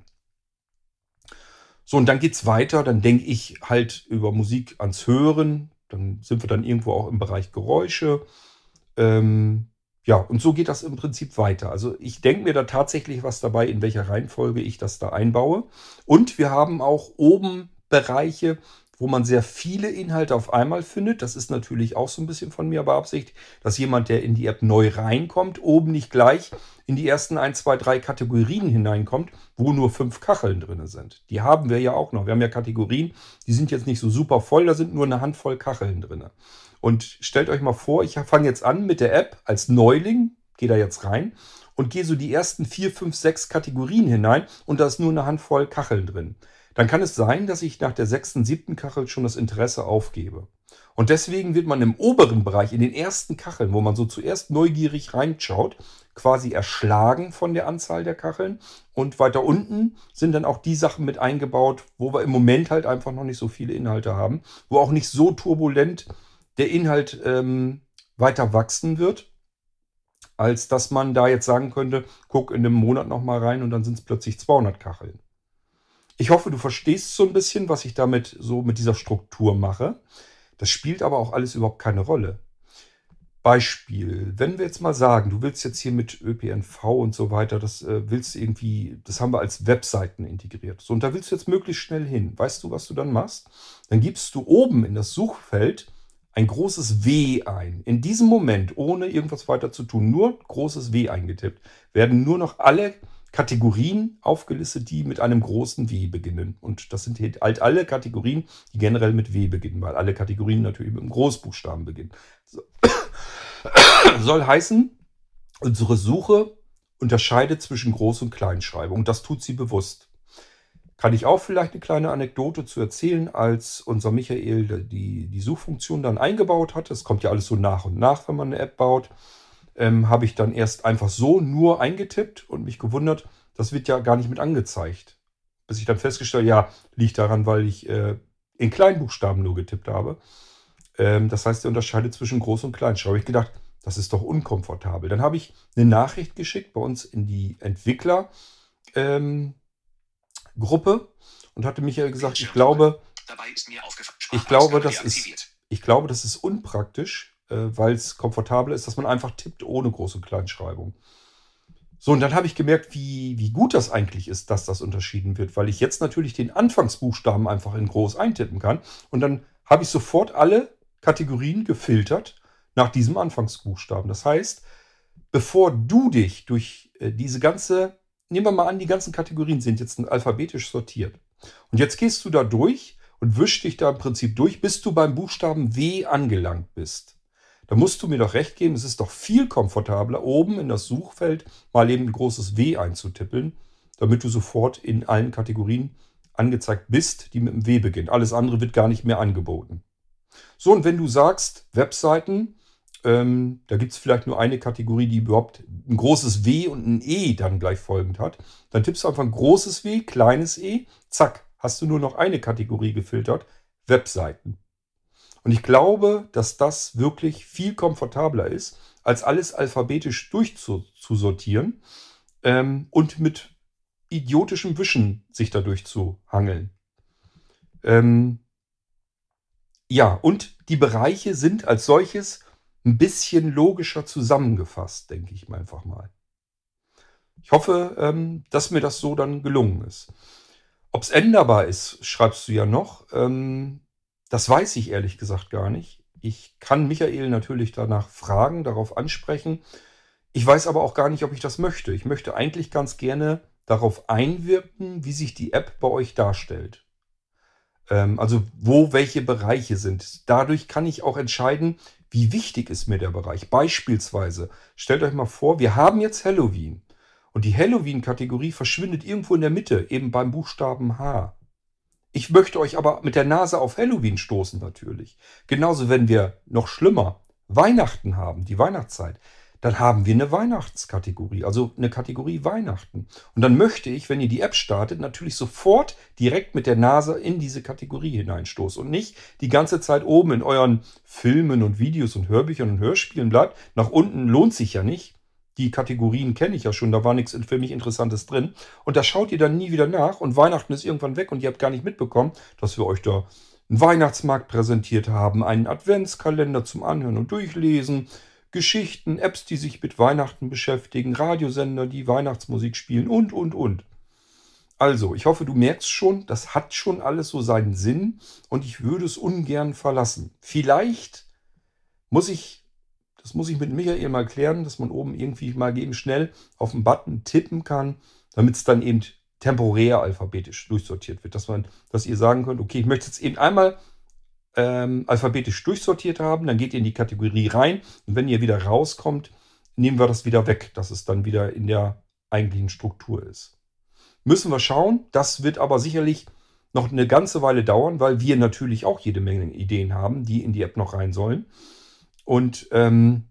So, und dann geht's weiter. Dann denke ich halt über Musik ans Hören. Dann sind wir dann irgendwo auch im Bereich Geräusche. Ähm, ja, und so geht das im Prinzip weiter. Also ich denke mir da tatsächlich was dabei, in welcher Reihenfolge ich das da einbaue. Und wir haben auch oben Bereiche, wo man sehr viele Inhalte auf einmal findet. Das ist natürlich auch so ein bisschen von mir beabsichtigt, dass jemand, der in die App neu reinkommt, oben nicht gleich in die ersten eins, zwei, drei Kategorien hineinkommt, wo nur fünf Kacheln drin sind. Die haben wir ja auch noch. Wir haben ja Kategorien, die sind jetzt nicht so super voll, da sind nur eine Handvoll Kacheln drin. Und stellt euch mal vor, ich fange jetzt an mit der App als Neuling, gehe da jetzt rein und gehe so die ersten vier, fünf, sechs Kategorien hinein und da ist nur eine Handvoll Kacheln drin. Dann kann es sein, dass ich nach der sechsten, siebten Kachel schon das Interesse aufgebe. Und deswegen wird man im oberen Bereich, in den ersten Kacheln, wo man so zuerst neugierig reinschaut, quasi erschlagen von der Anzahl der Kacheln. Und weiter unten sind dann auch die Sachen mit eingebaut, wo wir im Moment halt einfach noch nicht so viele Inhalte haben, wo auch nicht so turbulent der Inhalt ähm, weiter wachsen wird, als dass man da jetzt sagen könnte, guck in einem Monat nochmal rein und dann sind es plötzlich zweihundert Kacheln. Ich hoffe, du verstehst so ein bisschen, was ich damit so mit dieser Struktur mache. Das spielt aber auch alles überhaupt keine Rolle. Beispiel, wenn wir jetzt mal sagen, du willst jetzt hier mit Ö P N V und so weiter, das äh, willst du irgendwie, das haben wir als Webseiten integriert. So, und da willst du jetzt möglichst schnell hin. Weißt du, was du dann machst? Dann gibst du oben in das Suchfeld ein großes W ein. In diesem Moment, ohne irgendwas weiter zu tun, nur großes W eingetippt, werden nur noch alle Kategorien aufgelistet, die mit einem großen W beginnen. Und das sind halt alle Kategorien, die generell mit W beginnen, weil alle Kategorien natürlich mit einem Großbuchstaben beginnen. So. Soll heißen, unsere Suche unterscheidet zwischen Groß- und Kleinschreibung. Und das tut sie bewusst. Kann ich auch vielleicht eine kleine Anekdote zu erzählen, als unser Michael die, die Suchfunktion dann eingebaut hat. Das kommt ja alles so nach und nach, wenn man eine App baut. Ähm, habe ich dann erst einfach so nur eingetippt und mich gewundert, das wird ja gar nicht mit angezeigt. Bis ich dann festgestellt, ja, liegt daran, weil ich äh, in Kleinbuchstaben nur getippt habe. Ähm, das heißt, der unterscheidet zwischen Groß- und Kleinschreibung. Habe ich gedacht, das ist doch unkomfortabel. Dann habe ich eine Nachricht geschickt bei uns in die Entwicklergruppe ähm, und hatte Michael gesagt, ich glaube, ich glaube, das ist, ich glaube, das ist unpraktisch, weil es komfortabler ist, dass man einfach tippt ohne Groß- und Kleinschreibung. So, und dann habe ich gemerkt, wie, wie gut das eigentlich ist, dass das unterschieden wird, weil ich jetzt natürlich den Anfangsbuchstaben einfach in groß eintippen kann. Und dann habe ich sofort alle Kategorien gefiltert nach diesem Anfangsbuchstaben. Das heißt, bevor du dich durch äh, diese ganze, nehmen wir mal an, die ganzen Kategorien sind jetzt alphabetisch sortiert. Und jetzt gehst du da durch und wischst dich da im Prinzip durch, bis du beim Buchstaben W angelangt bist. Da musst du mir doch recht geben, es ist doch viel komfortabler, oben in das Suchfeld mal eben ein großes W einzutippeln, damit du sofort in allen Kategorien angezeigt bist, die mit dem W beginnen. Alles andere wird gar nicht mehr angeboten. So, und wenn du sagst, Webseiten, ähm, da gibt es vielleicht nur eine Kategorie, die überhaupt ein großes W und ein E dann gleich folgend hat, dann tippst du einfach ein großes W, kleines E, zack, hast du nur noch eine Kategorie gefiltert, Webseiten. Und ich glaube, dass das wirklich viel komfortabler ist, als alles alphabetisch durchzusortieren ähm, und mit idiotischem Wischen sich dadurch zu hangeln. Ähm, ja, und die Bereiche sind als solches ein bisschen logischer zusammengefasst, denke ich mal einfach mal. Ich hoffe, ähm, dass mir das so dann gelungen ist. Ob es änderbar ist, schreibst du ja noch. Ähm, das weiß ich ehrlich gesagt gar nicht. Ich kann Michael natürlich danach fragen, darauf ansprechen. Ich weiß aber auch gar nicht, ob ich das möchte. Ich möchte eigentlich ganz gerne darauf einwirken, wie sich die App bei euch darstellt. Ähm, also wo welche Bereiche sind. Dadurch kann ich auch entscheiden, wie wichtig ist mir der Bereich. Beispielsweise, stellt euch mal vor, wir haben jetzt Halloween. Und die Halloween-Kategorie verschwindet irgendwo in der Mitte, eben beim Buchstaben H. Ich möchte euch aber mit der Nase auf Halloween stoßen natürlich. Genauso, wenn wir noch schlimmer Weihnachten haben, die Weihnachtszeit, dann haben wir eine Weihnachtskategorie, also eine Kategorie Weihnachten. Und dann möchte ich, wenn ihr die App startet, natürlich sofort direkt mit der Nase in diese Kategorie hineinstoßen und nicht die ganze Zeit oben in euren Filmen und Videos und Hörbüchern und Hörspielen bleibt. Nach unten lohnt sich ja nicht. Die Kategorien kenne ich ja schon, da war nichts für mich Interessantes drin. Und da schaut ihr dann nie wieder nach und Weihnachten ist irgendwann weg und ihr habt gar nicht mitbekommen, dass wir euch da einen Weihnachtsmarkt präsentiert haben, einen Adventskalender zum Anhören und Durchlesen, Geschichten, Apps, die sich mit Weihnachten beschäftigen, Radiosender, die Weihnachtsmusik spielen und, und, und. Also, ich hoffe, du merkst schon, das hat schon alles so seinen Sinn und ich würde es ungern verlassen. Vielleicht muss ich Das muss ich mit Michael mal klären, dass man oben irgendwie mal eben schnell auf den Button tippen kann, damit es dann eben temporär alphabetisch durchsortiert wird. Dass man, dass ihr sagen könnt, okay, ich möchte jetzt eben einmal ähm, alphabetisch durchsortiert haben, dann geht ihr in die Kategorie rein und wenn ihr wieder rauskommt, nehmen wir das wieder weg, dass es dann wieder in der eigentlichen Struktur ist. Müssen wir schauen. Das wird aber sicherlich noch eine ganze Weile dauern, weil wir natürlich auch jede Menge Ideen haben, die in die App noch rein sollen. Und ähm,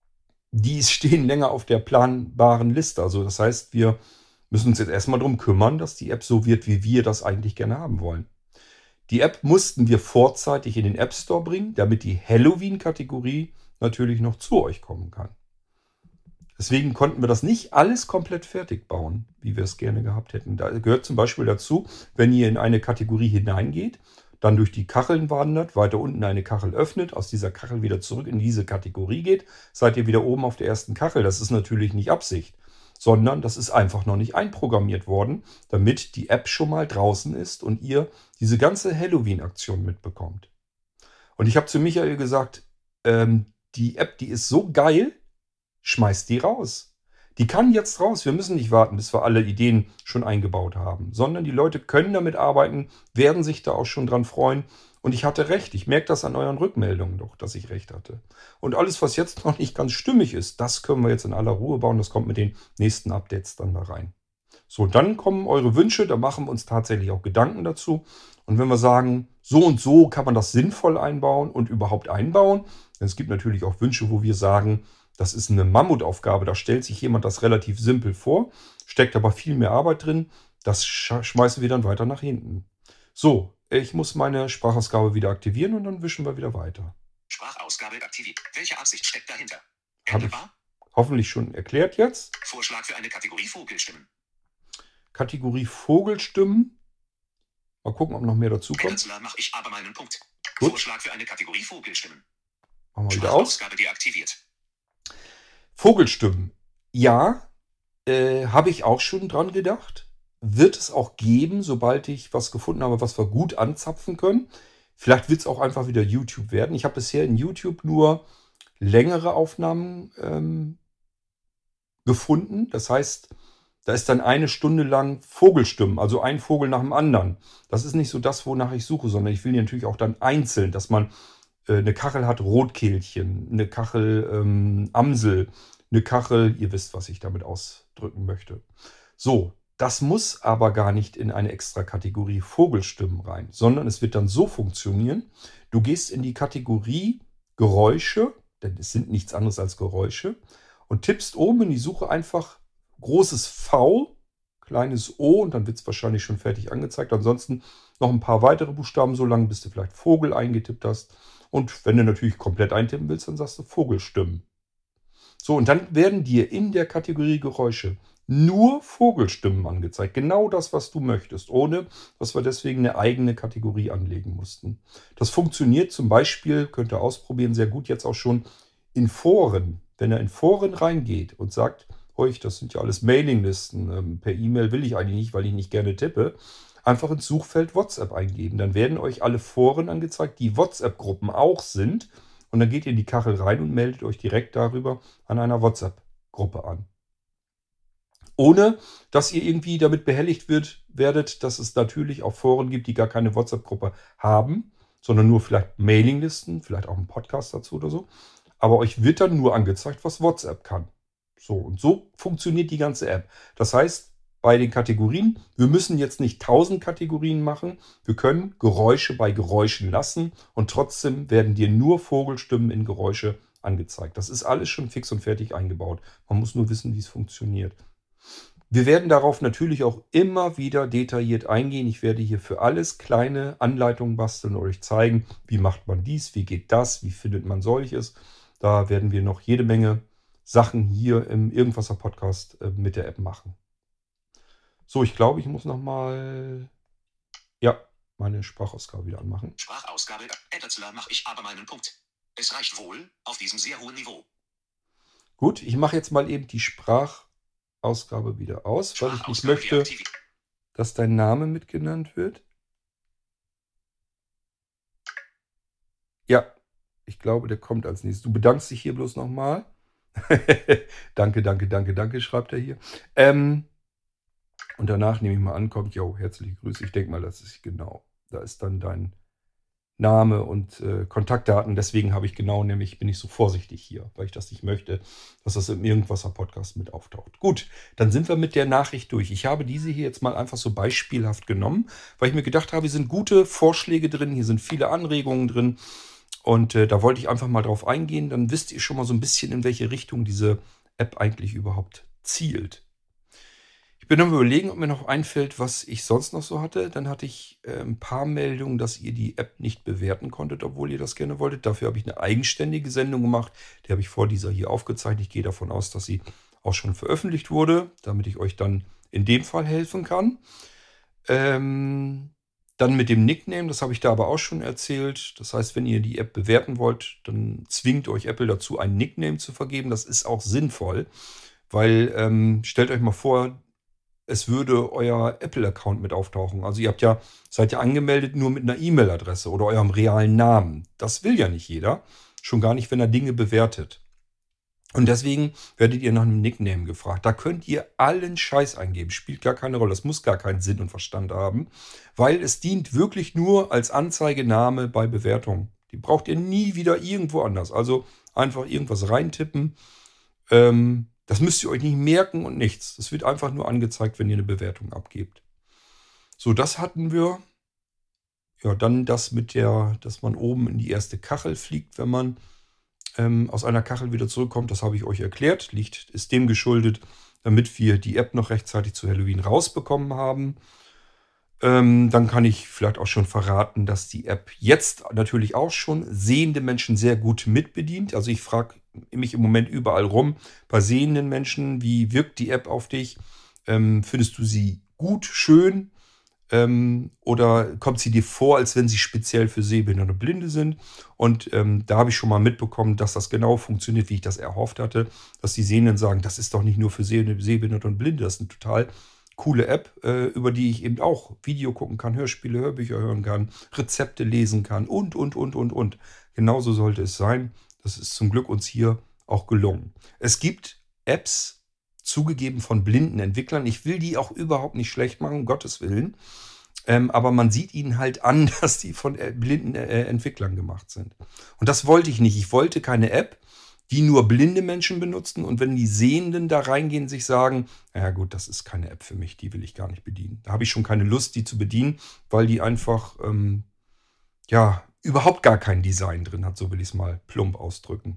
die stehen länger auf der planbaren Liste. Also das heißt, wir müssen uns jetzt erstmal darum kümmern, dass die App so wird, wie wir das eigentlich gerne haben wollen. Die App mussten wir vorzeitig in den App Store bringen, damit die Halloween-Kategorie natürlich noch zu euch kommen kann. Deswegen konnten wir das nicht alles komplett fertig bauen, wie wir es gerne gehabt hätten. Da gehört zum Beispiel dazu, wenn ihr in eine Kategorie hineingeht, dann durch die Kacheln wandert, weiter unten eine Kachel öffnet, aus dieser Kachel wieder zurück in diese Kategorie geht, seid ihr wieder oben auf der ersten Kachel. Das ist natürlich nicht Absicht, sondern das ist einfach noch nicht einprogrammiert worden, damit die App schon mal draußen ist und ihr diese ganze Halloween-Aktion mitbekommt. Und ich habe zu Michael gesagt, ähm, die App, die ist so geil, schmeißt die raus. Die kann jetzt raus. Wir müssen nicht warten, bis wir alle Ideen schon eingebaut haben, sondern die Leute können damit arbeiten, werden sich da auch schon dran freuen. Und ich hatte recht. Ich merke das an euren Rückmeldungen doch, dass ich recht hatte. Und alles, was jetzt noch nicht ganz stimmig ist, das können wir jetzt in aller Ruhe bauen. Das kommt mit den nächsten Updates dann da rein. So, dann kommen eure Wünsche. Da machen wir uns tatsächlich auch Gedanken dazu. Und wenn wir sagen, so und so kann man das sinnvoll einbauen und überhaupt einbauen, denn es gibt natürlich auch Wünsche, wo wir sagen, das ist eine Mammutaufgabe, da stellt sich jemand das relativ simpel vor, steckt aber viel mehr Arbeit drin, das sch- schmeißen wir dann weiter nach hinten. So, ich muss meine Sprachausgabe wieder aktivieren und dann wischen wir wieder weiter. Sprachausgabe aktiviert. Welche Absicht steckt dahinter? Habe ich Änderbar? hoffentlich schon erklärt jetzt. Vorschlag für eine Kategorie Vogelstimmen. Kategorie Vogelstimmen. Mal gucken, ob noch mehr dazu kommt. Kanzler mache ich aber meinen Punkt. Gut. Vorschlag für eine Kategorie Vogelstimmen. Machen wir wieder aus. Sprachausgabe deaktiviert. Vogelstimmen. Ja, äh, habe ich auch schon dran gedacht. Wird es auch geben, sobald ich was gefunden habe, was wir gut anzapfen können. Vielleicht wird es auch einfach wieder YouTube werden. Ich habe bisher in YouTube nur längere Aufnahmen ähm, gefunden. Das heißt, da ist dann eine Stunde lang Vogelstimmen, also ein Vogel nach dem anderen. Das ist nicht so das, wonach ich suche, sondern ich will die natürlich auch dann einzeln, dass man äh, eine Kachel hat, Rotkehlchen, eine Kachel ähm, Amsel, eine Kachel, ihr wisst, was ich damit ausdrücken möchte. So, das muss aber gar nicht in eine extra Kategorie Vogelstimmen rein, sondern es wird dann so funktionieren, du gehst in die Kategorie Geräusche, denn es sind nichts anderes als Geräusche, und tippst oben in die Suche einfach großes V, kleines O und dann wird es wahrscheinlich schon fertig angezeigt. Ansonsten noch ein paar weitere Buchstaben, so lange bis du vielleicht Vogel eingetippt hast. Und wenn du natürlich komplett eintippen willst, dann sagst du Vogelstimmen. So, und dann werden dir in der Kategorie Geräusche nur Vogelstimmen angezeigt. Genau das, was du möchtest, ohne dass wir deswegen eine eigene Kategorie anlegen mussten. Das funktioniert zum Beispiel, könnt ihr ausprobieren, sehr gut jetzt auch schon in Foren. Wenn er in Foren reingeht und sagt, euch, das sind ja alles Mailinglisten, ähm, per E-Mail will ich eigentlich nicht, weil ich nicht gerne tippe, einfach ins Suchfeld WhatsApp eingeben. Dann werden euch alle Foren angezeigt, die WhatsApp-Gruppen auch sind. Und dann geht ihr in die Kachel rein und meldet euch direkt darüber an einer WhatsApp-Gruppe an. Ohne, dass ihr irgendwie damit behelligt wird, werdet, dass es natürlich auch Foren gibt, die gar keine WhatsApp-Gruppe haben, sondern nur vielleicht Mailinglisten, vielleicht auch einen Podcast dazu oder so. Aber euch wird dann nur angezeigt, was WhatsApp kann. So, und so funktioniert die ganze App. Das heißt, bei den Kategorien, wir müssen jetzt nicht tausend Kategorien machen. Wir können Geräusche bei Geräuschen lassen und trotzdem werden dir nur Vogelstimmen in Geräusche angezeigt. Das ist alles schon fix und fertig eingebaut. Man muss nur wissen, wie es funktioniert. Wir werden darauf natürlich auch immer wieder detailliert eingehen. Ich werde hier für alles kleine Anleitungen basteln und euch zeigen, wie macht man dies, wie geht das, wie findet man solches. Da werden wir noch jede Menge Sachen hier im Irgendwasser Podcast mit der App machen. So, ich glaube, ich muss nochmal, ja, meine Sprachausgabe wieder anmachen. Sprachausgabe, Editor mache ich aber meinen Punkt. Es reicht wohl auf diesem sehr hohen Niveau. Gut, ich mache jetzt mal eben die Sprachausgabe wieder aus, weil ich nicht möchte, dass dein Name mitgenannt wird. Ja, ich glaube, der kommt als nächstes. Du bedankst dich hier bloß nochmal. danke, danke, danke, danke, schreibt er hier. Ähm, und danach nehme ich mal an, kommt, jo, herzliche Grüße. Ich denke mal, das ist genau. Da ist dann dein Name und äh, Kontaktdaten. Deswegen habe ich genau, nämlich bin ich so vorsichtig hier, weil ich das nicht möchte, dass das im Irgendwasser-Podcast mit auftaucht. Gut, dann sind wir mit der Nachricht durch. Ich habe diese hier jetzt mal einfach so beispielhaft genommen, weil ich mir gedacht habe, hier sind gute Vorschläge drin, hier sind viele Anregungen drin. Und äh, da wollte ich einfach mal drauf eingehen. Dann wisst ihr schon mal so ein bisschen, in welche Richtung diese App eigentlich überhaupt zielt. Ich bin am Überlegen, ob mir noch einfällt, was ich sonst noch so hatte. Dann hatte ich äh, ein paar Meldungen, dass ihr die App nicht bewerten konntet, obwohl ihr das gerne wolltet. Dafür habe ich eine eigenständige Sendung gemacht. Die habe ich vor dieser hier aufgezeichnet. Ich gehe davon aus, dass sie auch schon veröffentlicht wurde, damit ich euch dann in dem Fall helfen kann. Ähm... Dann mit dem Nickname, das habe ich da aber auch schon erzählt. Das heißt, wenn ihr die App bewerten wollt, dann zwingt euch Apple dazu, ein Nickname zu vergeben. Das ist auch sinnvoll, weil ähm, stellt euch mal vor, es würde euer Apple-Account mit auftauchen. Also ihr habt ja, seid ja angemeldet nur mit einer E-Mail-Adresse oder eurem realen Namen. Das will ja nicht jeder. Schon gar nicht, wenn er Dinge bewertet. Und deswegen werdet ihr nach einem Nickname gefragt. Da könnt ihr allen Scheiß eingeben. Spielt gar keine Rolle. Das muss gar keinen Sinn und Verstand haben. Weil es dient wirklich nur als Anzeigename bei Bewertungen. Die braucht ihr nie wieder irgendwo anders. Also einfach irgendwas reintippen. Ähm, das müsst ihr euch nicht merken und nichts. Das wird einfach nur angezeigt, wenn ihr eine Bewertung abgebt. So, das hatten wir. Ja, dann das mit der, dass man oben in die erste Kachel fliegt, wenn man Ähm, aus einer Kachel wieder zurückkommt, das habe ich euch erklärt. Liegt, ist dem geschuldet, damit wir die App noch rechtzeitig zu Halloween rausbekommen haben. Ähm, dann kann ich vielleicht auch schon verraten, dass die App jetzt natürlich auch schon sehende Menschen sehr gut mitbedient. Also ich frage mich im Moment überall rum, bei sehenden Menschen, wie wirkt die App auf dich? Ähm, findest du sie gut, schön? Ähm, oder kommt sie dir vor, als wenn sie speziell für Sehbehinderte und Blinde sind? Und ähm, da habe ich schon mal mitbekommen, dass das genau funktioniert, wie ich das erhofft hatte. Dass die Sehenden sagen, das ist doch nicht nur für Sehbehinderte und Blinde. Das ist eine total coole App, äh, über die ich eben auch Video gucken kann, Hörspiele, Hörbücher hören kann, Rezepte lesen kann und, und, und, und, und. Genauso sollte es sein. Das ist zum Glück uns hier auch gelungen. Es gibt Apps, zugegeben von blinden Entwicklern. Ich will die auch überhaupt nicht schlecht machen, um Gottes Willen. Ähm, aber man sieht ihnen halt an, dass die von äh, blinden äh, Entwicklern gemacht sind. Und das wollte ich nicht. Ich wollte keine App, die nur blinde Menschen benutzen. Und wenn die Sehenden da reingehen, sich sagen, ja gut, das ist keine App für mich, die will ich gar nicht bedienen. Da habe ich schon keine Lust, die zu bedienen, weil die einfach, ähm, ja, überhaupt gar kein Design drin hat. So will ich es mal plump ausdrücken.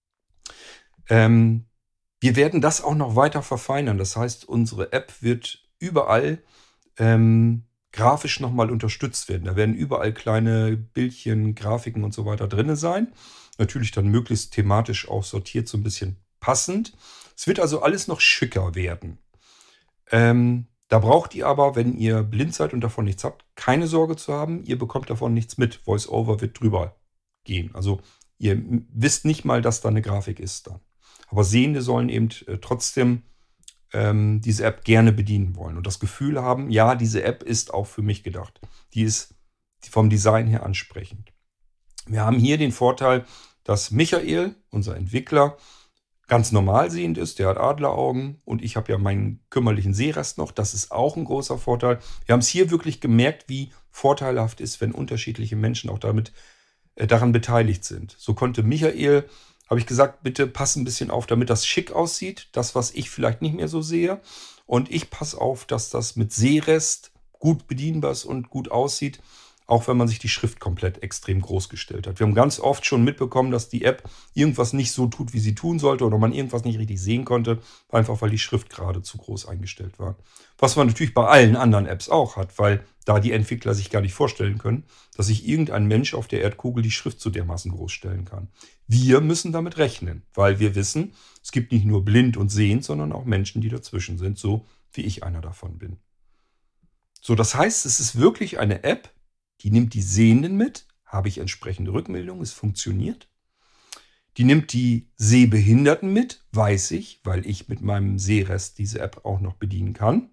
Ähm, Wir werden das auch noch weiter verfeinern. Das heißt, unsere App wird überall ähm, grafisch nochmal unterstützt werden. Da werden überall kleine Bildchen, Grafiken und so weiter drin sein. Natürlich dann möglichst thematisch auch sortiert, so ein bisschen passend. Es wird also alles noch schicker werden. Ähm, da braucht ihr aber, wenn ihr blind seid und davon nichts habt, keine Sorge zu haben. Ihr bekommt davon nichts mit. VoiceOver wird drüber gehen. Also ihr m- wisst nicht mal, dass da eine Grafik ist dann. Aber Sehende sollen eben äh, trotzdem ähm, diese App gerne bedienen wollen und das Gefühl haben, ja, diese App ist auch für mich gedacht. Die ist vom Design her ansprechend. Wir haben hier den Vorteil, dass Michael, unser Entwickler, ganz normal sehend ist. Der hat Adleraugen und ich habe ja meinen kümmerlichen Sehrest noch. Das ist auch ein großer Vorteil. Wir haben es hier wirklich gemerkt, wie vorteilhaft ist, wenn unterschiedliche Menschen auch damit äh, daran beteiligt sind. So konnte Michael, habe ich gesagt, bitte pass ein bisschen auf, damit das schick aussieht. Das, was ich vielleicht nicht mehr so sehe. Und ich passe auf, dass das mit Sehrest gut bedienbar ist und gut aussieht. Auch wenn man sich die Schrift komplett extrem groß gestellt hat. Wir haben ganz oft schon mitbekommen, dass die App irgendwas nicht so tut, wie sie tun sollte oder man irgendwas nicht richtig sehen konnte, einfach weil die Schrift gerade zu groß eingestellt war. Was man natürlich bei allen anderen Apps auch hat, weil da die Entwickler sich gar nicht vorstellen können, dass sich irgendein Mensch auf der Erdkugel die Schrift so dermaßen groß stellen kann. Wir müssen damit rechnen, weil wir wissen, es gibt nicht nur blind und sehend, sondern auch Menschen, die dazwischen sind, so wie ich einer davon bin. So, das heißt, es ist wirklich eine App, die nimmt die Sehenden mit, habe ich entsprechende Rückmeldungen, es funktioniert. Die nimmt die Sehbehinderten mit, weiß ich, weil ich mit meinem Sehrest diese App auch noch bedienen kann.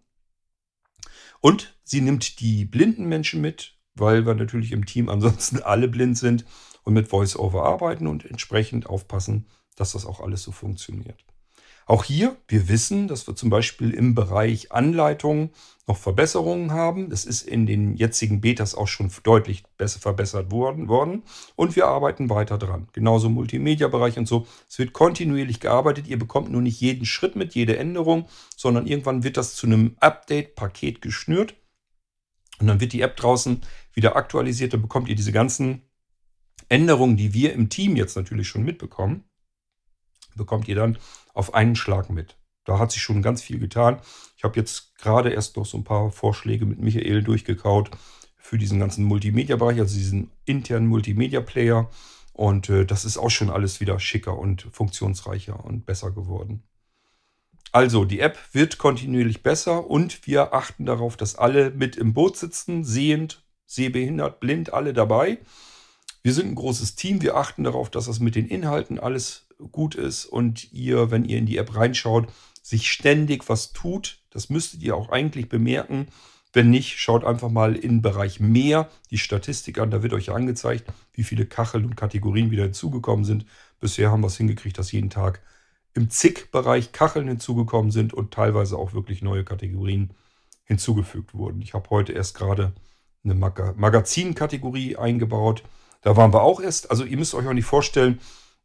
Und sie nimmt die blinden Menschen mit, weil wir natürlich im Team ansonsten alle blind sind und mit VoiceOver arbeiten und entsprechend aufpassen, dass das auch alles so funktioniert. Auch hier, wir wissen, dass wir zum Beispiel im Bereich Anleitungen noch Verbesserungen haben. Das ist in den jetzigen Betas auch schon deutlich besser verbessert worden. worden. Und wir arbeiten weiter dran. Genauso im Multimedia-Bereich und so. Es wird kontinuierlich gearbeitet. Ihr bekommt nur nicht jeden Schritt mit, jede Änderung, sondern irgendwann wird das zu einem Update-Paket geschnürt. Und dann wird die App draußen wieder aktualisiert. Dann bekommt ihr diese ganzen Änderungen, die wir im Team jetzt natürlich schon mitbekommen, bekommt ihr dann auf einen Schlag mit. Da hat sich schon ganz viel getan. Ich habe jetzt gerade erst noch so ein paar Vorschläge mit Michael durchgekaut für diesen ganzen Multimedia-Bereich, also diesen internen Multimedia-Player. Und äh, das ist auch schon alles wieder schicker und funktionsreicher und besser geworden. Also, die App wird kontinuierlich besser und wir achten darauf, dass alle mit im Boot sitzen, sehend, sehbehindert, blind, alle dabei. Wir sind ein großes Team. Wir achten darauf, dass das mit den Inhalten alles gut ist und ihr, wenn ihr in die App reinschaut, sich ständig was tut. Das müsstet ihr auch eigentlich bemerken. Wenn nicht, schaut einfach mal in Bereich Mehr die Statistik an. Da wird euch ja angezeigt, wie viele Kacheln und Kategorien wieder hinzugekommen sind. Bisher haben wir es hingekriegt, dass jeden Tag im Zig-Bereich Kacheln hinzugekommen sind und teilweise auch wirklich neue Kategorien hinzugefügt wurden. Ich habe heute erst gerade eine Mag- Magazin-Kategorie eingebaut. Da waren wir auch erst, also ihr müsst euch auch nicht vorstellen,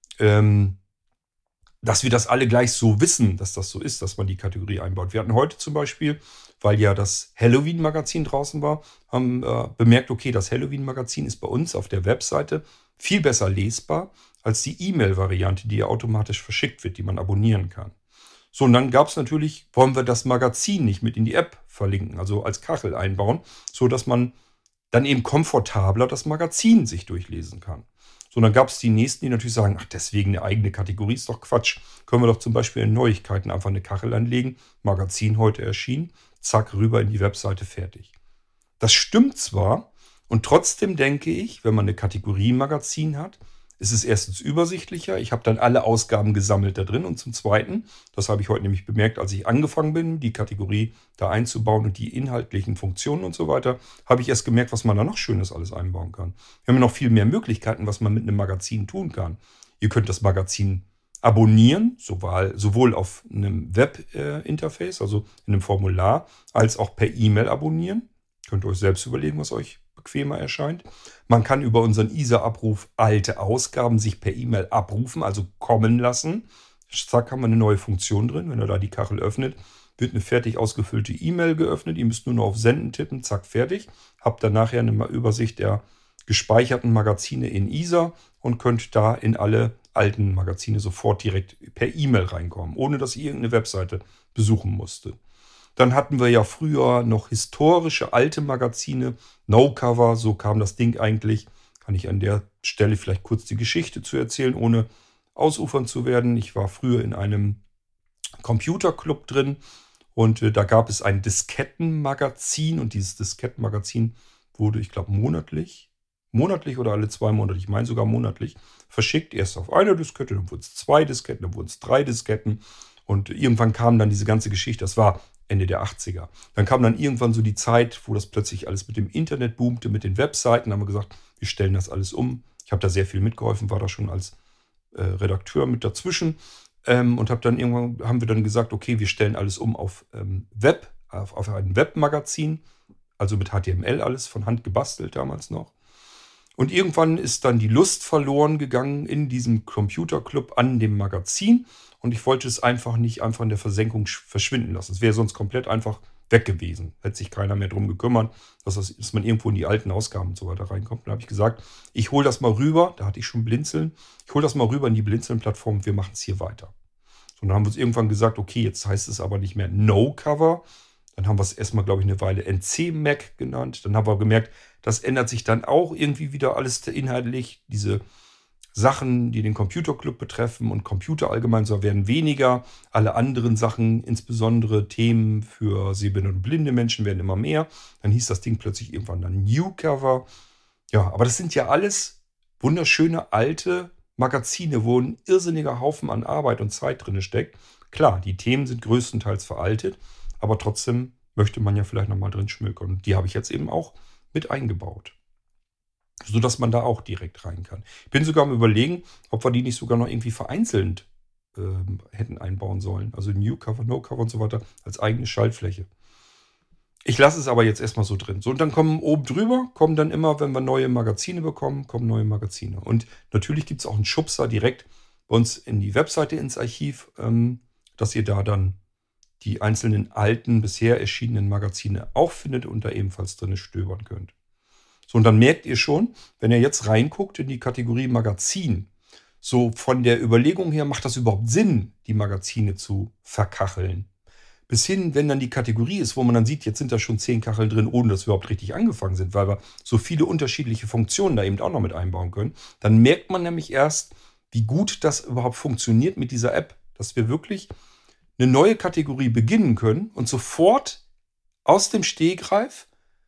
ähm, dass wir das alle gleich so wissen, dass das so ist, dass man die Kategorie einbaut. Wir hatten heute zum Beispiel, weil ja das Halloween-Magazin draußen war, haben äh, bemerkt, okay, das Halloween-Magazin ist bei uns auf der Webseite viel besser lesbar als die E-Mail-Variante, die ja automatisch verschickt wird, die man abonnieren kann. So, und dann gab es natürlich, wollen wir das Magazin nicht mit in die App verlinken, also als Kachel einbauen, so dass man dann eben komfortabler das Magazin sich durchlesen kann. So, dann gab es die Nächsten, die natürlich sagen, ach, deswegen eine eigene Kategorie ist doch Quatsch. Können wir doch zum Beispiel in Neuigkeiten einfach eine Kachel anlegen. Magazin heute erschienen. Zack, rüber in die Webseite, fertig. Das stimmt zwar und trotzdem denke ich, wenn man eine Kategorie Magazin hat, ist es erstens übersichtlicher. Ich habe dann alle Ausgaben gesammelt da drin. Und zum Zweiten, das habe ich heute nämlich bemerkt, als ich angefangen bin, die Kategorie da einzubauen und die inhaltlichen Funktionen und so weiter, habe ich erst gemerkt, was man da noch Schönes alles einbauen kann. Wir haben noch viel mehr Möglichkeiten, was man mit einem Magazin tun kann. Ihr könnt das Magazin abonnieren, sowohl, sowohl auf einem Web-Interface, also in einem Formular, als auch per E-Mail abonnieren. Könnt ihr euch selbst überlegen, was euch bequemer erscheint. Man kann über unseren I S A-Abruf alte Ausgaben sich per E-Mail abrufen, also kommen lassen. Zack, haben wir eine neue Funktion drin. Wenn ihr da die Kachel öffnet, wird eine fertig ausgefüllte E-Mail geöffnet. Ihr müsst nur noch auf Senden tippen, zack, fertig. Habt dann nachher eine Übersicht der gespeicherten Magazine in I S A und könnt da in alle alten Magazine sofort direkt per E-Mail reinkommen, ohne dass ihr irgendeine Webseite besuchen musstet. Dann hatten wir ja früher noch historische alte Magazine, No Cover, so kam das Ding eigentlich. Kann ich an der Stelle vielleicht kurz die Geschichte zu erzählen, ohne ausufern zu werden. Ich war früher in einem Computerclub drin und äh, da gab es ein Diskettenmagazin und dieses Diskettenmagazin wurde, ich glaube, monatlich, monatlich oder alle zwei Monate, ich meine sogar monatlich, verschickt. Erst auf einer Diskette, dann wurden es zwei Disketten, dann wurden es drei Disketten und irgendwann kam dann diese ganze Geschichte, das war Ende der achtziger. Dann kam dann irgendwann so die Zeit, wo das plötzlich alles mit dem Internet boomte, mit den Webseiten. Da haben wir gesagt, wir stellen das alles um. Ich habe da sehr viel mitgeholfen, war da schon als äh, Redakteur mit dazwischen. Ähm, und habe dann irgendwann haben wir dann gesagt, okay, wir stellen alles um auf ähm, Web, auf, auf ein Webmagazin, also mit H T M L alles von Hand gebastelt damals noch. Und irgendwann ist dann die Lust verloren gegangen in diesem Computerclub an dem Magazin. Und ich wollte es einfach nicht einfach in der Versenkung verschwinden lassen. Es wäre sonst komplett einfach weg gewesen. Hätte sich keiner mehr drum gekümmert, dass, das, dass man irgendwo in die alten Ausgaben und so weiter reinkommt. Dann habe ich gesagt, ich hole das mal rüber. Da hatte ich schon Blinzeln. Ich hole das mal rüber in die Blinzeln-Plattform. Wir machen es hier weiter. So, dann haben wir uns irgendwann gesagt, okay, jetzt heißt es aber nicht mehr No Cover. Dann haben wir es erstmal, glaube ich, eine Weile N C Mac genannt. Dann haben wir gemerkt, das ändert sich dann auch irgendwie wieder alles inhaltlich. Diese Sachen, die den Computerclub betreffen und Computer allgemein, so werden weniger. Alle anderen Sachen, insbesondere Themen für sehbehinderte und blinde Menschen, werden immer mehr. Dann hieß das Ding plötzlich irgendwann dann New Cover. Ja, aber das sind ja alles wunderschöne alte Magazine, wo ein irrsinniger Haufen an Arbeit und Zeit drin steckt. Klar, die Themen sind größtenteils veraltet, aber trotzdem möchte man ja vielleicht nochmal drin schmökern. Und die habe ich jetzt eben auch mit eingebaut, sodass man da auch direkt rein kann. Ich bin sogar am Überlegen, ob wir die nicht sogar noch irgendwie vereinzelt ähm, hätten einbauen sollen. Also New Cover, No Cover und so weiter als eigene Schaltfläche. Ich lasse es aber jetzt erstmal so drin. So, und dann kommen oben drüber, kommen dann immer, wenn wir neue Magazine bekommen, kommen neue Magazine. Und natürlich gibt es auch einen Schubser direkt bei uns in die Webseite, ins Archiv, ähm, dass ihr da dann die einzelnen alten, bisher erschienenen Magazine auch findet und da ebenfalls drin stöbern könnt. So, und dann merkt ihr schon, wenn ihr jetzt reinguckt in die Kategorie Magazin, so von der Überlegung her, macht das überhaupt Sinn, die Magazine zu verkacheln? Bis hin, wenn dann die Kategorie ist, wo man dann sieht, jetzt sind da schon zehn Kacheln drin, ohne dass wir überhaupt richtig angefangen sind, weil wir so viele unterschiedliche Funktionen da eben auch noch mit einbauen können, dann merkt man nämlich erst, wie gut das überhaupt funktioniert mit dieser App, dass wir wirklich eine neue Kategorie beginnen können und sofort aus dem Stegreif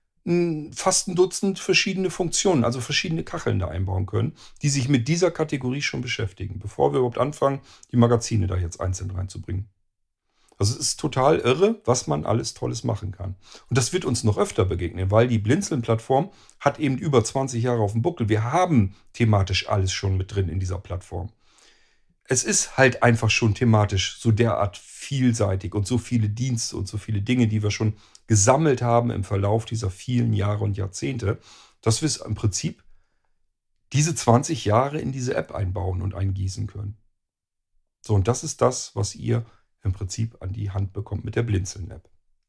fast ein Dutzend verschiedene Funktionen, also verschiedene Kacheln da einbauen können, die sich mit dieser Kategorie schon beschäftigen, bevor wir überhaupt anfangen, die Magazine da jetzt einzeln reinzubringen. Also es ist total irre, was man alles Tolles machen kann. Und das wird uns noch öfter begegnen, weil die Blinzeln-Plattform hat eben über zwanzig Jahre auf dem Buckel. Wir haben thematisch alles schon mit drin in dieser Plattform. Es ist halt einfach schon thematisch so derart vielseitig und so viele Dienste und so viele Dinge, die wir schon gesammelt haben im Verlauf dieser vielen Jahre und Jahrzehnte, dass wir es im Prinzip diese zwanzig Jahre in diese App einbauen und eingießen können. So, und das ist das, was ihr im Prinzip an die Hand bekommt mit der Blinzeln-App.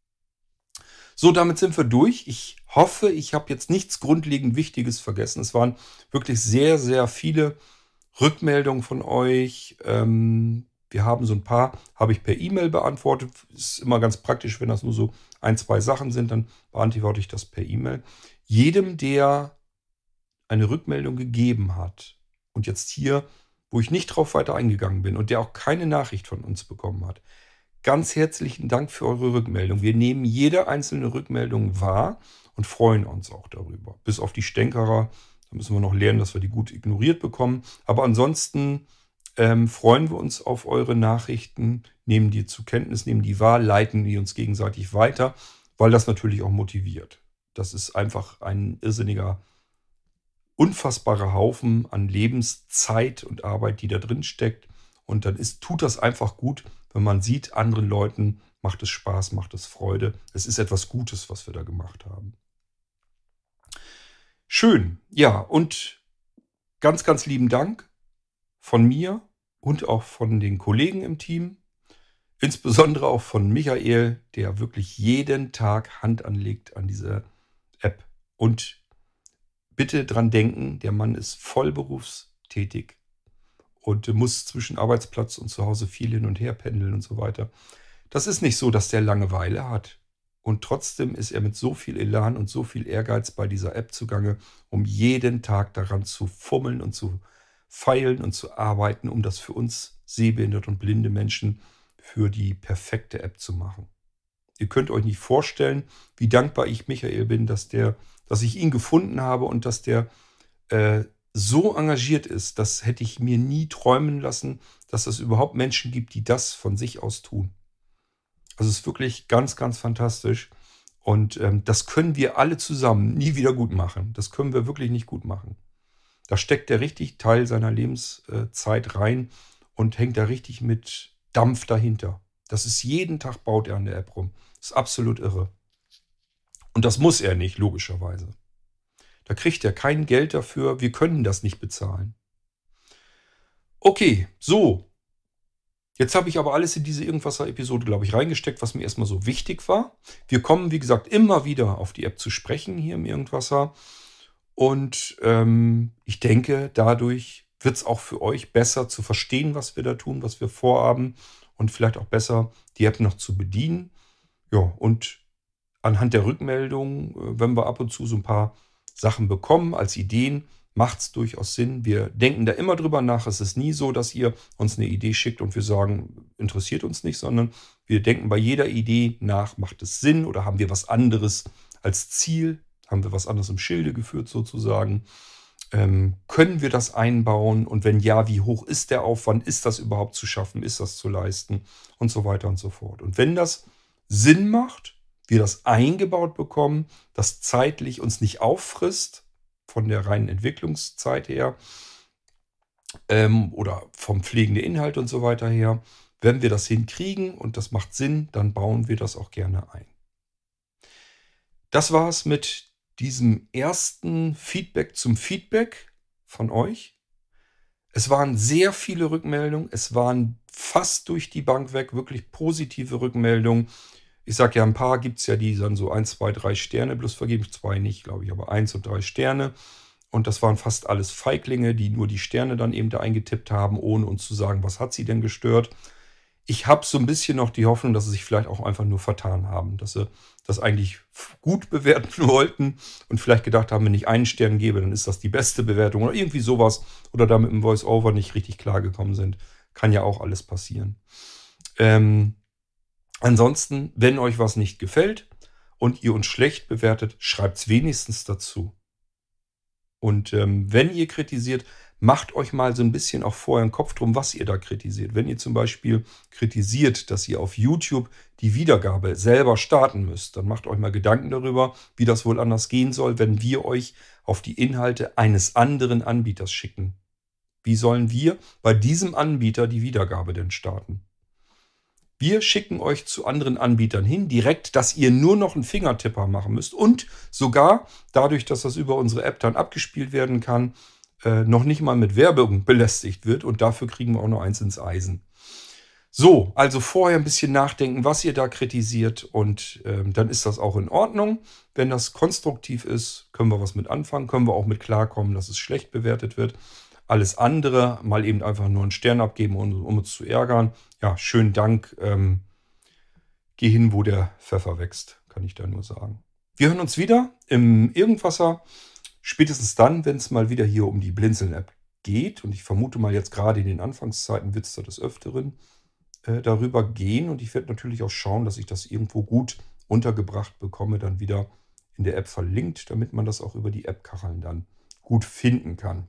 So, damit sind wir durch. Ich hoffe, ich habe jetzt nichts grundlegend Wichtiges vergessen. Es waren wirklich sehr, sehr viele Rückmeldungen von euch. Ähm, wir haben so ein paar, habe ich per E-Mail beantwortet. Ist immer ganz praktisch, wenn das nur so ein, zwei Sachen sind, dann beantworte ich das per E-Mail. Jedem, der eine Rückmeldung gegeben hat und jetzt hier, wo ich nicht drauf weiter eingegangen bin und der auch keine Nachricht von uns bekommen hat, ganz herzlichen Dank für eure Rückmeldung. Wir nehmen jede einzelne Rückmeldung wahr und freuen uns auch darüber. Bis auf die Stänkerer, da müssen wir noch lernen, dass wir die gut ignoriert bekommen. Aber ansonsten ähm, freuen wir uns auf eure Nachrichten, nehmen die zur Kenntnis, nehmen die wahr, leiten die uns gegenseitig weiter, weil das natürlich auch motiviert. Das ist einfach ein irrsinniger, unfassbarer Haufen an Lebenszeit und Arbeit, die da drin steckt. Und dann ist, tut das einfach gut, wenn man sieht, anderen Leuten macht es Spaß, macht es Freude. Es ist etwas Gutes, was wir da gemacht haben. Schön. Ja, und ganz, ganz lieben Dank von mir und auch von den Kollegen im Team. Insbesondere auch von Michael, der wirklich jeden Tag Hand anlegt an dieser App. Und bitte dran denken, der Mann ist vollberufstätig und muss zwischen Arbeitsplatz und zu Hause viel hin und her pendeln und so weiter. Das ist nicht so, dass der Langeweile hat. Und trotzdem ist er mit so viel Elan und so viel Ehrgeiz bei dieser App zugange, um jeden Tag daran zu fummeln und zu feilen und zu arbeiten, um das für uns sehbehinderte und blinde Menschen für die perfekte App zu machen. Ihr könnt euch nicht vorstellen, wie dankbar ich Michael bin, dass der, dass ich ihn gefunden habe und dass der äh, so engagiert ist. Das hätte ich mir nie träumen lassen, dass es überhaupt Menschen gibt, die das von sich aus tun. Also es ist wirklich ganz, ganz fantastisch. Und ähm, das können wir alle zusammen nie wieder gut machen. Das können wir wirklich nicht gut machen. Da steckt er richtig Teil seiner Lebenszeit rein und hängt da richtig mit Dampf dahinter. Das ist jeden Tag, baut er an der App rum. Das ist absolut irre. Und das muss er nicht, logischerweise. Da kriegt er kein Geld dafür. Wir können das nicht bezahlen. Okay, so. Jetzt habe ich aber alles in diese Irgendwasser-Episode, glaube ich, reingesteckt, was mir erstmal so wichtig war. Wir kommen, wie gesagt, immer wieder auf die App zu sprechen hier im Irgendwasser. Und ähm, ich denke, dadurch wird es auch für euch besser zu verstehen, was wir da tun, was wir vorhaben. Und vielleicht auch besser, die App noch zu bedienen. Ja, und anhand der Rückmeldung, wenn wir ab und zu so ein paar Sachen bekommen als Ideen, macht es durchaus Sinn. Wir denken da immer drüber nach. Es ist nie so, dass ihr uns eine Idee schickt und wir sagen, interessiert uns nicht, sondern wir denken bei jeder Idee nach, macht es Sinn oder haben wir was anderes als Ziel? Haben wir was anderes im Schilde geführt sozusagen? Ähm, können wir das einbauen? Und wenn ja, wie hoch ist der Aufwand? Ist das überhaupt zu schaffen? Ist das zu leisten? Und so weiter und so fort. Und wenn das Sinn macht, wir das eingebaut bekommen, das zeitlich uns nicht auffrisst, von der reinen Entwicklungszeit her ähm, oder vom Pflegen der Inhalte und so weiter her. Wenn wir das hinkriegen und das macht Sinn, dann bauen wir das auch gerne ein. Das war es mit diesem ersten Feedback zum Feedback von euch. Es waren sehr viele Rückmeldungen. Es waren fast durch die Bank weg wirklich positive Rückmeldungen. Ich sage ja, ein paar gibt es ja, die dann so ein, zwei, drei Sterne bloß vergeben. Zwei nicht, glaube ich, aber eins und drei Sterne. Und das waren fast alles Feiglinge, die nur die Sterne dann eben da eingetippt haben, ohne uns zu sagen, was hat sie denn gestört. Ich habe so ein bisschen noch die Hoffnung, dass sie sich vielleicht auch einfach nur vertan haben. Dass sie das eigentlich gut bewerten wollten und vielleicht gedacht haben, wenn ich einen Stern gebe, dann ist das die beste Bewertung oder irgendwie sowas. Oder damit im Voice-Over nicht richtig klargekommen sind. Kann ja auch alles passieren. Ähm... Ansonsten, wenn euch was nicht gefällt und ihr uns schlecht bewertet, schreibt es wenigstens dazu. Und ähm, wenn ihr kritisiert, macht euch mal so ein bisschen auch vorher einen Kopf drum, was ihr da kritisiert. Wenn ihr zum Beispiel kritisiert, dass ihr auf YouTube die Wiedergabe selber starten müsst, dann macht euch mal Gedanken darüber, wie das wohl anders gehen soll, wenn wir euch auf die Inhalte eines anderen Anbieters schicken. Wie sollen wir bei diesem Anbieter die Wiedergabe denn starten? Wir schicken euch zu anderen Anbietern hin, direkt, dass ihr nur noch einen Fingertipper machen müsst und sogar dadurch, dass das über unsere App dann abgespielt werden kann, äh, noch nicht mal mit Werbung belästigt wird und dafür kriegen wir auch noch eins ins Eisen. So, also vorher ein bisschen nachdenken, was ihr da kritisiert und ähm, dann ist das auch in Ordnung. Wenn das konstruktiv ist, können wir was mit anfangen, können wir auch mit klarkommen, dass es schlecht bewertet wird. Alles andere, mal eben einfach nur einen Stern abgeben, um, um uns zu ärgern. Ja, schönen Dank. Ähm, geh hin, wo der Pfeffer wächst, kann ich da nur sagen. Wir hören uns wieder im Irgendwasser. Spätestens dann, wenn es mal wieder hier um die Blinzeln-App geht. Und ich vermute mal jetzt gerade in den Anfangszeiten wird es da des Öfteren äh, darüber gehen. Und ich werde natürlich auch schauen, dass ich das irgendwo gut untergebracht bekomme, dann wieder in der App verlinkt, damit man das auch über die App-Kacheln dann gut finden kann.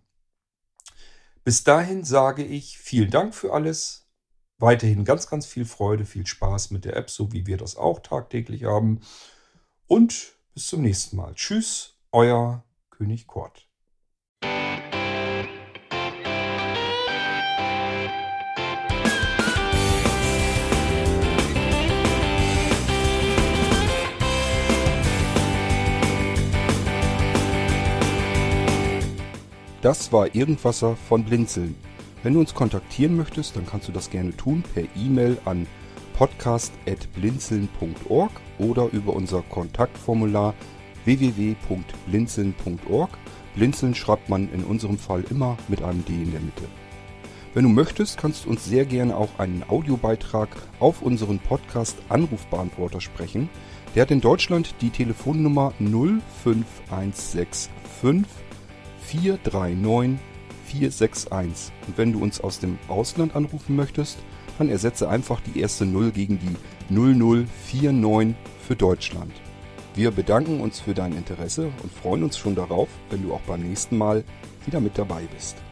Bis dahin sage ich vielen Dank für alles. Weiterhin ganz, ganz viel Freude, viel Spaß mit der App, so wie wir das auch tagtäglich haben. Und bis zum nächsten Mal. Tschüss, euer König Kurt. Das war Irgendwasser von Blinzeln. Wenn du uns kontaktieren möchtest, dann kannst du das gerne tun per E-Mail an podcast at blinzeln punkt org oder über unser Kontaktformular w w w punkt blinzeln punkt org. Blinzeln schreibt man in unserem Fall immer mit einem D in der Mitte. Wenn du möchtest, kannst du uns sehr gerne auch einen Audiobeitrag auf unseren Podcast Anrufbeantworter sprechen. Der hat in Deutschland die Telefonnummer null fünf eins sechs fünf vier drei neun vier sechs eins. Und wenn du uns aus dem Ausland anrufen möchtest, dann ersetze einfach die erste null gegen die null null vier neun für Deutschland. Wir bedanken uns für dein Interesse und freuen uns schon darauf, wenn du auch beim nächsten Mal wieder mit dabei bist.